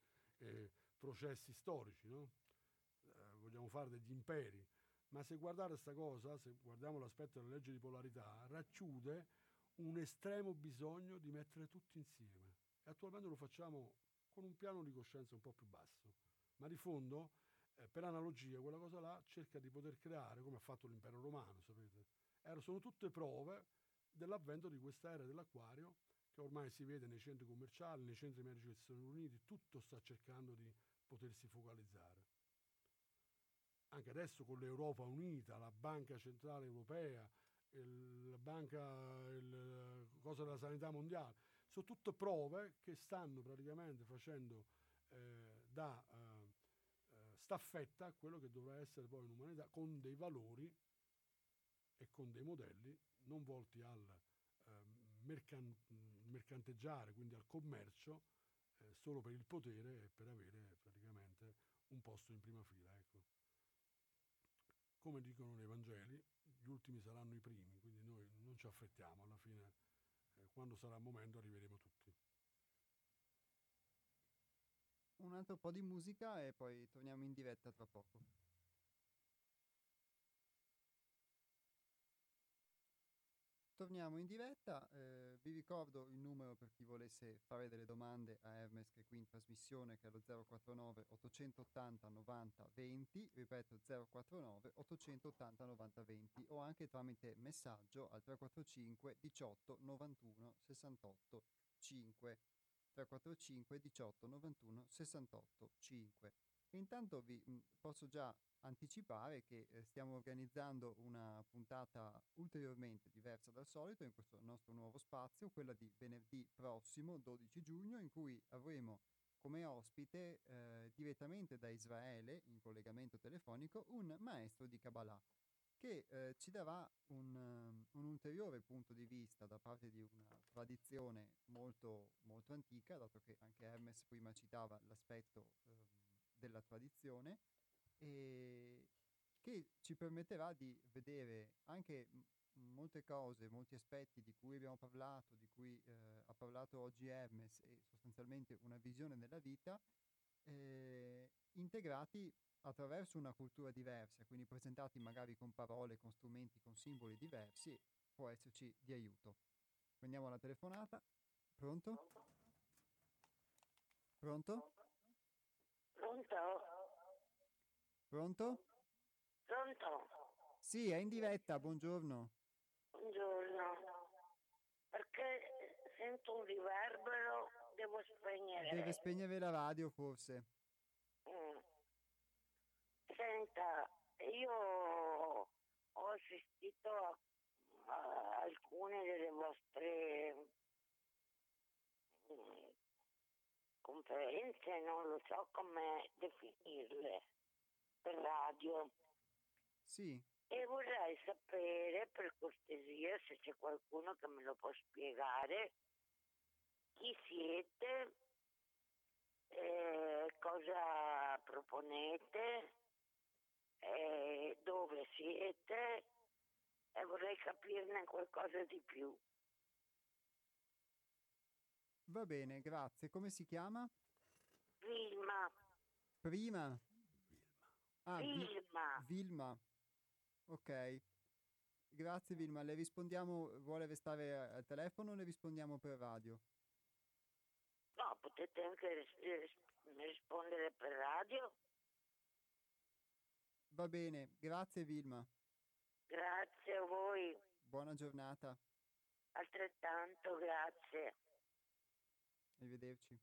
processi storici, no? Vogliamo fare degli imperi, ma se guardate questa cosa, se guardiamo l'aspetto della legge di polarità, racchiude un estremo bisogno di mettere tutti insieme, e attualmente lo facciamo con un piano di coscienza un po' più basso, ma di fondo, per analogia, quella cosa là cerca di poter creare, come ha fatto l'impero romano, sapete? Sono tutte prove dell'avvento di questa era dell'acquario, che ormai si vede nei centri commerciali, nei centri medici che si sono riuniti, tutto sta cercando di potersi focalizzare. Anche adesso con l'Europa unita, la Banca Centrale Europea, la cosa della sanità mondiale, sono tutte prove che stanno praticamente facendo da staffetta a quello che dovrà essere poi un'umanità con dei valori e con dei modelli non volti al mercanteggiare, quindi al commercio, solo per il potere e per avere praticamente un posto in prima fila, ecco. Come dicono nei Vangeli, gli ultimi saranno i primi, quindi noi non ci affrettiamo, alla fine, quando sarà il momento, arriveremo tutti. Un altro po' di musica e poi torniamo in diretta tra poco. Torniamo in diretta, vi ricordo il numero per chi volesse fare delle domande a Hermes, che è qui in trasmissione, che è lo 049 880 90 20, ripeto 049 880 90 20, o anche tramite messaggio al 345 18 91 68 5, 345 18 91 68 5. Intanto vi posso già anticipare che stiamo organizzando una puntata ulteriormente diversa dal solito in questo nostro nuovo spazio, quella di venerdì prossimo 12 giugno, in cui avremo come ospite direttamente da Israele, in collegamento telefonico, un maestro di Kabbalah che ci darà un ulteriore punto di vista da parte di una tradizione molto, molto antica, dato che anche Hermes prima citava l'aspetto della tradizione, e che ci permetterà di vedere anche molte cose, molti aspetti di cui abbiamo parlato, di cui ha parlato oggi Hermes, e sostanzialmente una visione della vita integrati attraverso una cultura diversa, quindi presentati magari con parole, con strumenti, con simboli diversi, può esserci di aiuto. Prendiamo la telefonata. Pronto? Pronto? Pronto? Pronto? Pronto? Sì, è in diretta, buongiorno. Buongiorno. Perché sento un riverbero, devo spegnere. Deve spegnere la radio forse. Senta, io ho assistito a alcune delle vostre conferenze, non lo so come definirle. per radio Sì, e vorrei sapere, per cortesia, se c'è qualcuno che me lo può spiegare, chi siete, cosa proponete, dove siete, e vorrei capirne qualcosa di più. va bene, grazie. Come si chiama? Vilma, Prima? Ah, Vilma. Vilma. Ok. Grazie Vilma, le rispondiamo, vuole restare al telefono o le rispondiamo per radio? No, potete anche rispondere per radio. Va bene, grazie Vilma. Grazie a voi, Buona giornata. altrettanto grazie. Arrivederci.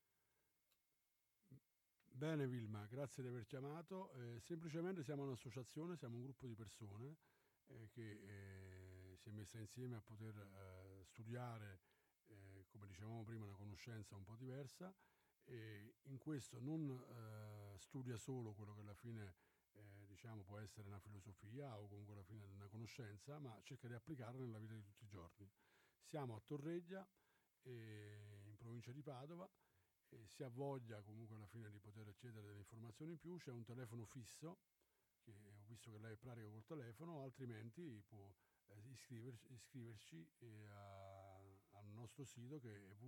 Bene Vilma, grazie di aver chiamato. Semplicemente siamo un'associazione, siamo un gruppo di persone che si è messa insieme a poter studiare, come dicevamo prima, una conoscenza un po' diversa, e in questo non studia solo quello che alla fine diciamo può essere una filosofia o comunque alla fine una conoscenza, ma cerca di applicarla nella vita di tutti i giorni. Siamo a Torreggia, in provincia di Padova, e si ha voglia comunque alla fine di poter accedere delle informazioni in più. C'è un telefono fisso, che ho visto che lei pratica col telefono, altrimenti può iscriverci al nostro sito, che è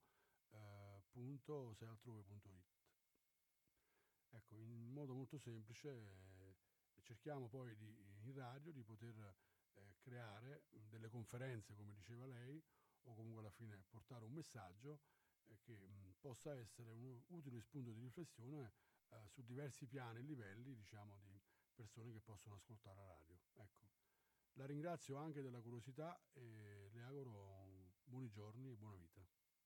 www.sealtrove.it. Ecco, in modo molto semplice cerchiamo poi in radio di poter creare delle conferenze, come diceva lei, o comunque alla fine portare un messaggio che possa essere un utile spunto di riflessione su diversi piani e livelli, diciamo, di persone che possono ascoltare la radio. Ecco. La ringrazio anche della curiosità e le auguro buoni giorni e buona vita.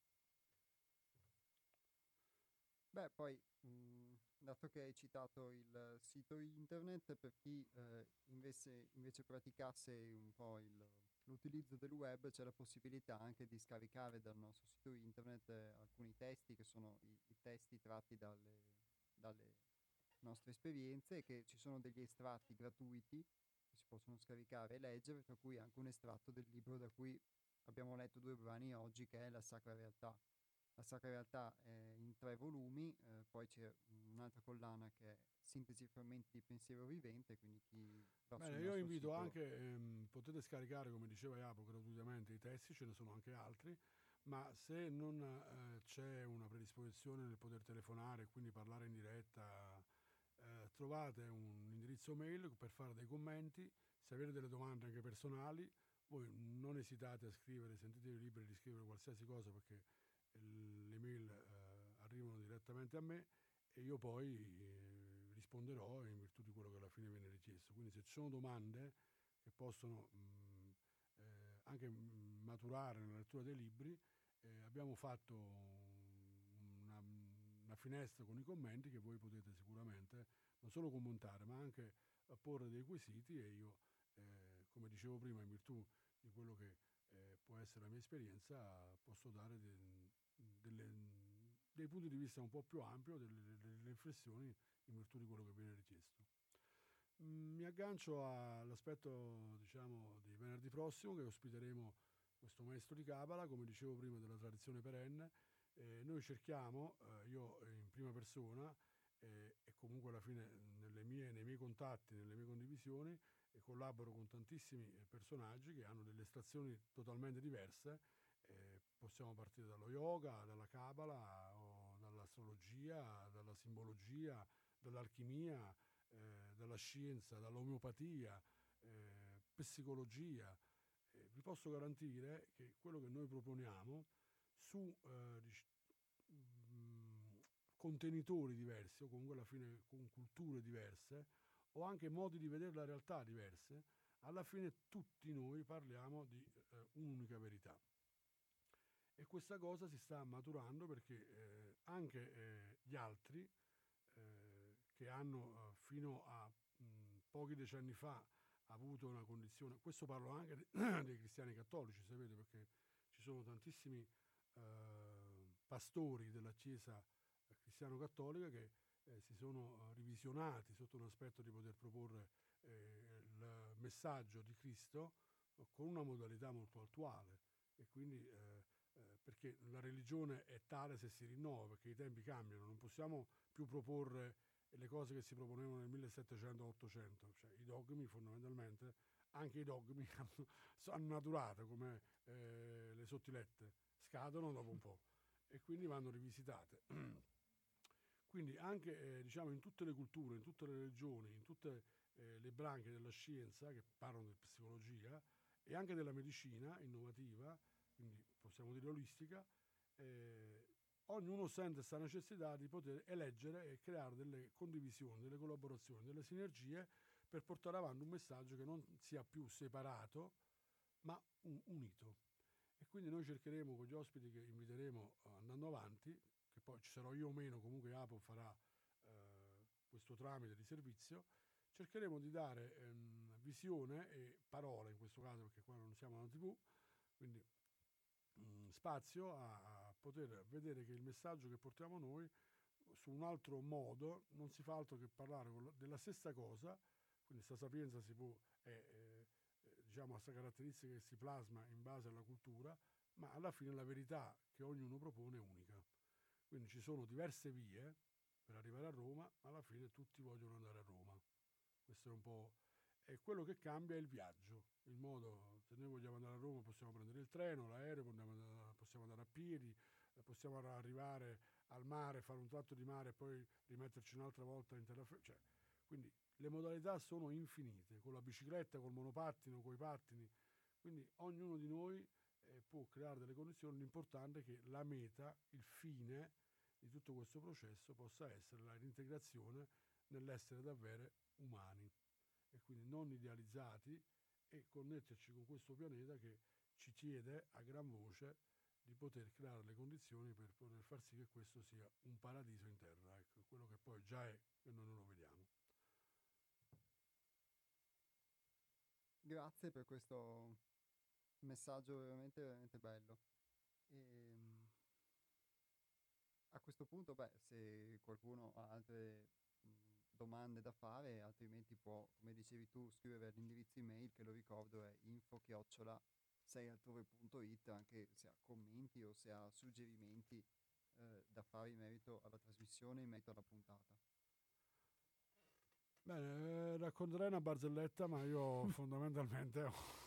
Beh, poi, dato che hai citato il sito internet, per chi invece praticasse un po' l'utilizzo del web, c'è la possibilità anche di scaricare dal nostro sito internet alcuni testi che sono i testi tratti dalle nostre esperienze, e che ci sono degli estratti gratuiti che si possono scaricare e leggere, tra cui anche un estratto del libro da cui abbiamo letto 2 brani oggi, che è La Sacra Realtà. La Sacra Realtà è in 3 volumi, poi c'è un'altra collana che è Sintesi e frammenti di pensiero vivente, quindi chi va sul Bene, io nostro invito sito... anche, potete scaricare, come diceva Iapo, gratuitamente i testi, ce ne sono anche altri, ma se non c'è una predisposizione nel poter telefonare e quindi parlare in diretta, trovate un indirizzo mail per fare dei commenti. Se avete delle domande anche personali, voi non esitate a scrivere, sentitevi liberi di scrivere qualsiasi cosa, perché le mail arrivano direttamente a me e io poi risponderò in virtù di quello che alla fine viene richiesto. Quindi se ci sono domande che possono anche maturare nella lettura dei libri, abbiamo fatto una finestra con i commenti che voi potete sicuramente non solo commentare, ma anche porre dei quesiti, e io, come dicevo prima, in virtù di quello che può essere la mia esperienza, posso dare dei punti di vista un po' più ampio, delle riflessioni in virtù di quello che viene richiesto. Mi aggancio all'aspetto, diciamo, di venerdì prossimo, che ospiteremo questo maestro di Kabbalah, come dicevo prima, della tradizione perenne. Noi cerchiamo, io in prima persona, e comunque alla fine nei miei contatti, nelle mie condivisioni, collaboro con tantissimi personaggi che hanno delle estrazioni totalmente diverse. Possiamo partire dallo yoga, dalla Kabbalah, o dall'astrologia, dalla simbologia, dall'alchimia, dalla scienza, dall'omeopatia, psicologia. Vi posso garantire che quello che noi proponiamo su contenitori diversi, o comunque alla fine con culture diverse, o anche modi di vedere la realtà diverse, alla fine tutti noi parliamo di un'unica verità. E questa cosa si sta maturando perché anche gli altri che hanno fino a pochi decenni fa avuto una condizione, questo parlo anche dei cristiani cattolici, sapete, perché ci sono tantissimi pastori della Chiesa cristiano-cattolica che si sono revisionati sotto un aspetto di poter proporre il messaggio di Cristo con una modalità molto attuale, e quindi perché la religione è tale se si rinnova, perché i tempi cambiano, non possiamo più proporre le cose che si proponevano nel 1700-800, cioè i dogmi fondamentalmente, anche i dogmi hanno una durata, come le sottilette, scadono dopo un po' e quindi vanno rivisitate. Quindi anche diciamo in tutte le culture, in tutte le religioni, in tutte le branche della scienza che parlano di psicologia e anche della medicina innovativa, quindi possiamo dire olistica, ognuno sente questa necessità di poter eleggere e creare delle condivisioni, delle collaborazioni, delle sinergie per portare avanti un messaggio che non sia più separato ma unito. E quindi noi cercheremo con gli ospiti che inviteremo andando avanti, che poi ci sarò io o meno, comunque Apo farà questo tramite di servizio, cercheremo di dare visione e parole in questo caso, perché qua non siamo alla TV, quindi spazio a poter vedere che il messaggio che portiamo noi su un altro modo non si fa altro che parlare della stessa cosa, quindi questa sapienza si può diciamo questa caratteristica che si plasma in base alla cultura, ma alla fine la verità che ognuno propone è unica. Quindi ci sono diverse vie per arrivare a Roma, ma alla fine tutti vogliono andare a Roma. Questo è un po'. E quello che cambia è il viaggio, il modo, se noi vogliamo andare a Roma possiamo prendere il treno, l'aereo, possiamo andare a piedi, possiamo arrivare al mare, fare un tratto di mare e poi rimetterci un'altra volta in terraferma, cioè, quindi le modalità sono infinite, con la bicicletta, col monopattino, con i pattini, quindi ognuno di noi può creare delle condizioni, l'importante è che la meta, il fine di tutto questo processo possa essere la reintegrazione nell'essere davvero umani e quindi non idealizzati, e connetterci con questo pianeta che ci chiede a gran voce di poter creare le condizioni per poter far sì che questo sia un paradiso in terra, ecco, quello che poi già è e noi non lo vediamo. Grazie per questo messaggio veramente, veramente bello. A questo punto, se qualcuno ha altre domande da fare, altrimenti può, come dicevi tu, scrivere all'indirizzo email, che lo ricordo è info@seialtrove.it, anche se ha commenti o se ha suggerimenti da fare in merito alla trasmissione, in merito alla puntata. Bene, racconterei una barzelletta, ma io fondamentalmente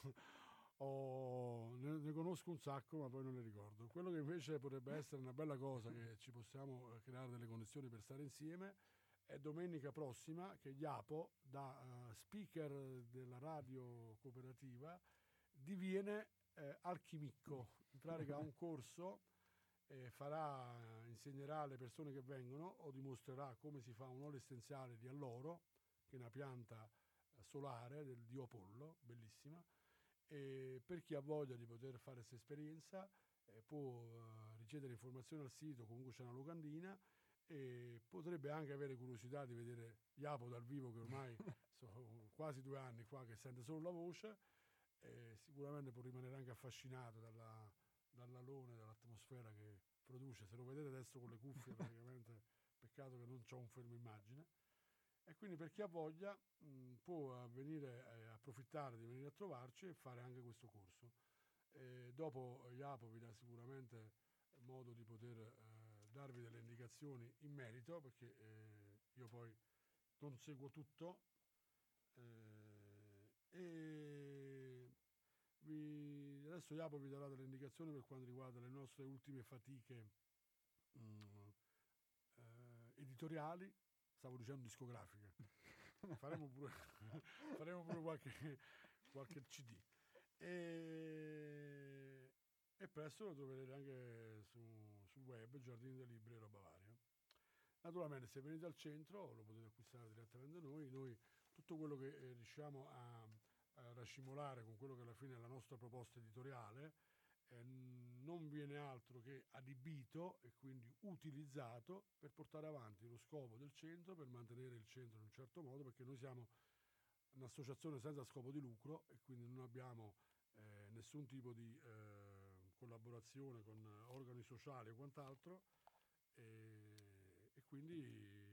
ne conosco un sacco, ma poi non le ricordo. Quello che invece potrebbe essere una bella cosa, che ci possiamo creare delle condizioni per stare insieme, è domenica prossima che Japo, da speaker della radio cooperativa, diviene alchimicco, in pratica ha un corso, insegnerà alle persone che vengono o dimostrerà come si fa un olio essenziale di alloro, che è una pianta solare del dio Apollo, bellissima, e per chi ha voglia di poter fare questa esperienza può ricevere informazioni al sito, comunque c'è una locandina, e potrebbe anche avere curiosità di vedere Japo dal vivo, che ormai sono quasi 2 anni qua che sente solo la voce, e sicuramente può rimanere anche affascinato dall'alone, dall'atmosfera che produce. Se lo vedete adesso con le cuffie praticamente peccato che non c'ho un fermo immagine. E quindi per chi ha voglia può venire approfittare di venire a trovarci e fare anche questo corso. Dopo Japo vi dà sicuramente modo di poter darvi delle indicazioni in merito, perché io poi non seguo tutto, e adesso Japo vi darà delle indicazioni per quanto riguarda le nostre ultime fatiche editoriali. Stavo dicendo discografiche. Faremo pure qualche CD. E presto lo troverete anche sul web, Giardini dei Libri e roba varia. Naturalmente se venite al centro lo potete acquistare direttamente da noi tutto quello che riusciamo a racimolare con quello che alla fine è la nostra proposta editoriale non viene altro che adibito e quindi utilizzato per portare avanti lo scopo del centro, per mantenere il centro in un certo modo, perché noi siamo un'associazione senza scopo di lucro e quindi non abbiamo nessun tipo di collaborazione con organi sociali o quant'altro, e quindi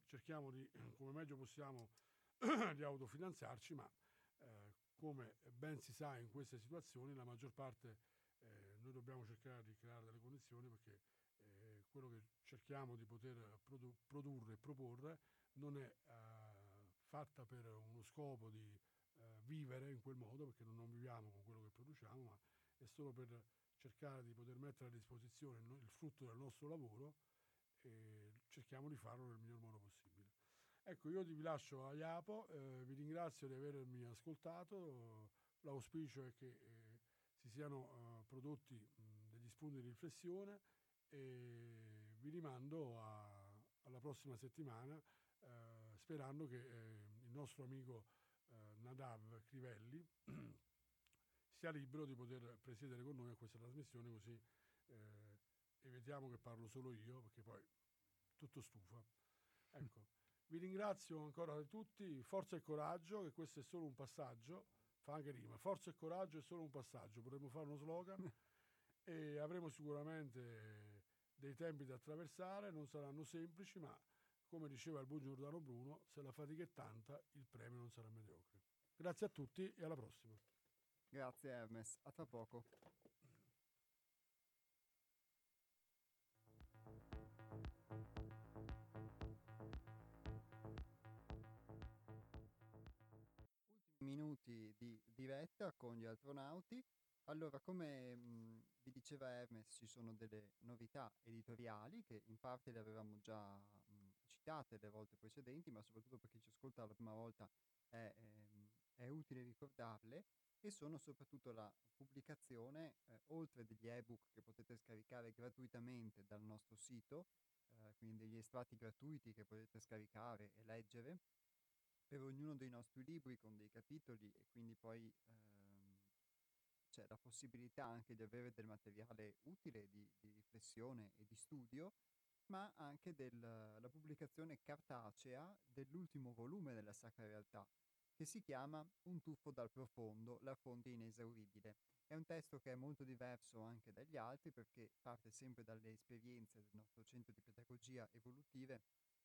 cerchiamo di, come meglio possiamo, di autofinanziarci, ma come ben si sa in queste situazioni la maggior parte noi dobbiamo cercare di creare delle condizioni perché quello che cerchiamo di poter produrre e proporre non è fatta per uno scopo di vivere in quel modo, perché non viviamo con quello che produciamo, ma è solo per cercare di poter mettere a disposizione il frutto del nostro lavoro e cerchiamo di farlo nel miglior modo possibile. Ecco, io vi lascio a Iapo, vi ringrazio di avermi ascoltato, l'auspicio è che si siano prodotti degli spunti di riflessione e vi rimando alla prossima settimana sperando che il nostro amico Nadav Crivelli sia libero di poter presiedere con noi a questa trasmissione, così evitiamo che parlo solo io perché poi tutto stufa. Ecco, vi ringrazio ancora tutti, forza e coraggio, che questo è solo un passaggio, fa anche rima, forza e coraggio è solo un passaggio, potremmo fare uno slogan e avremo sicuramente dei tempi da attraversare, non saranno semplici, ma come diceva il buon Giordano Bruno, se la fatica è tanta, il premio non sarà mediocre. Grazie a tutti e alla prossima. Grazie Hermes, a tra poco. Ultimi minuti di diretta con gli astronauti. Allora, come vi diceva Hermes, ci sono delle novità editoriali che in parte le avevamo già citate le volte precedenti, ma soprattutto per chi ci ascolta la prima volta è utile ricordarle, e sono soprattutto la pubblicazione, oltre degli ebook che potete scaricare gratuitamente dal nostro sito, quindi degli estratti gratuiti che potete scaricare e leggere per ognuno dei nostri libri con dei capitoli, e quindi poi c'è la possibilità anche di avere del materiale utile di riflessione e di studio, ma anche la pubblicazione cartacea dell'ultimo volume della Sacra Realtà, che si chiama Un tuffo dal profondo, la fonte inesauribile. È un testo che è molto diverso anche dagli altri perché parte sempre dalle esperienze del nostro centro di pedagogia evolutiva,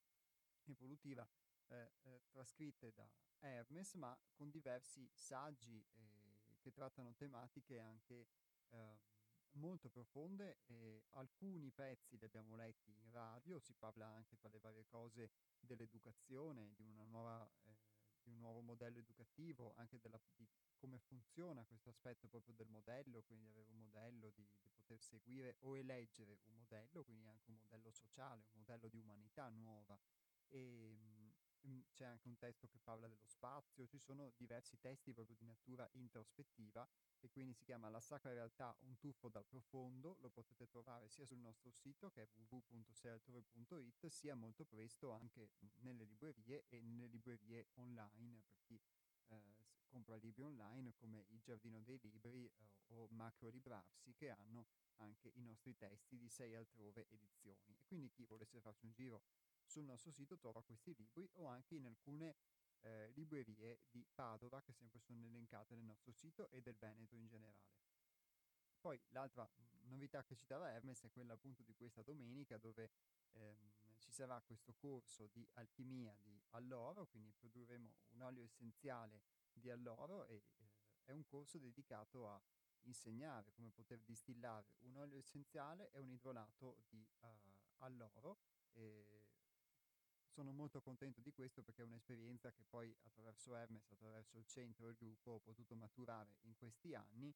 trascritte da Hermes, ma con diversi saggi che trattano tematiche anche molto profonde. Alcuni pezzi li abbiamo letti in radio, si parla anche tra le varie cose dell'educazione, di un nuovo modello educativo, anche di come funziona questo aspetto proprio del modello, quindi avere un modello, di poter seguire o eleggere un modello, quindi anche un modello sociale, un modello di umanità nuova. E c'è anche un testo che parla dello spazio, ci sono diversi testi proprio di natura introspettiva, e quindi si chiama La Sacra Realtà, un tuffo dal profondo. Lo potete trovare sia sul nostro sito, che è www.seialtrove.it, sia molto presto anche nelle librerie e nelle librerie online per chi compra libri online come Il Giardino dei Libri o Macro Librarsi, che hanno anche i nostri testi di Sei Altrove edizioni. E quindi chi volesse farci un giro sul nostro sito trova questi libri, o anche in alcune librerie di Padova che sempre sono elencate nel nostro sito, e del Veneto in generale. Poi l'altra novità che citava Hermes è quella appunto di questa domenica, dove ci sarà questo corso di alchimia di alloro, quindi produrremo un olio essenziale di alloro, e è un corso dedicato a insegnare come poter distillare un olio essenziale e un idrolato di alloro. E sono molto contento di questo perché è un'esperienza che poi attraverso Hermes, attraverso il centro e il gruppo, ho potuto maturare in questi anni,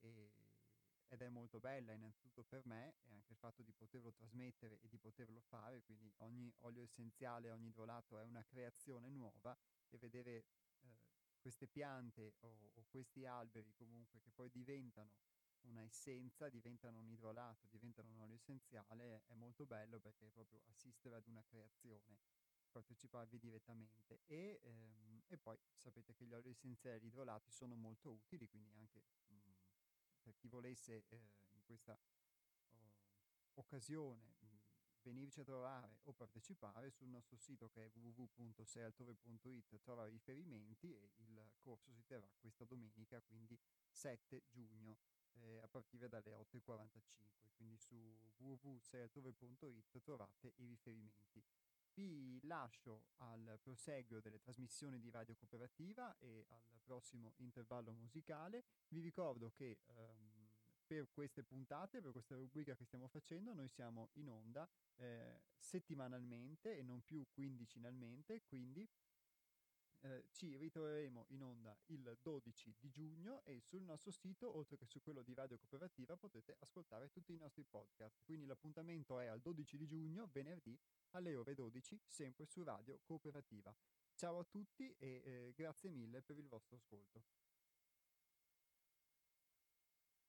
ed è molto bella innanzitutto per me, e anche il fatto di poterlo trasmettere e di poterlo fare, quindi ogni olio essenziale, ogni idrolato è una creazione nuova, e vedere queste piante o questi alberi comunque che poi diventano una essenza, diventano un idrolato, diventano un olio essenziale, è molto bello perché è proprio assistere ad una creazione, parteciparvi direttamente. E poi sapete che gli oli essenziali idrolati sono molto utili, quindi anche per chi volesse in questa occasione venirci a trovare o partecipare, sul nostro sito, che è www.seialtrove.it, trova riferimenti, e il corso si terrà questa domenica, quindi 7 giugno, a partire dalle 8:45, quindi su www.seialtrove.it trovate i riferimenti. Vi lascio al proseguio delle trasmissioni di Radio Cooperativa e al prossimo intervallo musicale. Vi ricordo che per queste puntate, per questa rubrica che stiamo facendo, noi siamo in onda settimanalmente e non più quindicinalmente, quindi ci ritroveremo in onda il 12 di giugno e sul nostro sito, oltre che su quello di Radio Cooperativa, potete ascoltare tutti i nostri podcast. Quindi l'appuntamento è al 12 di giugno, venerdì, alle ore 12, sempre su Radio Cooperativa. Ciao a tutti e grazie mille per il vostro ascolto.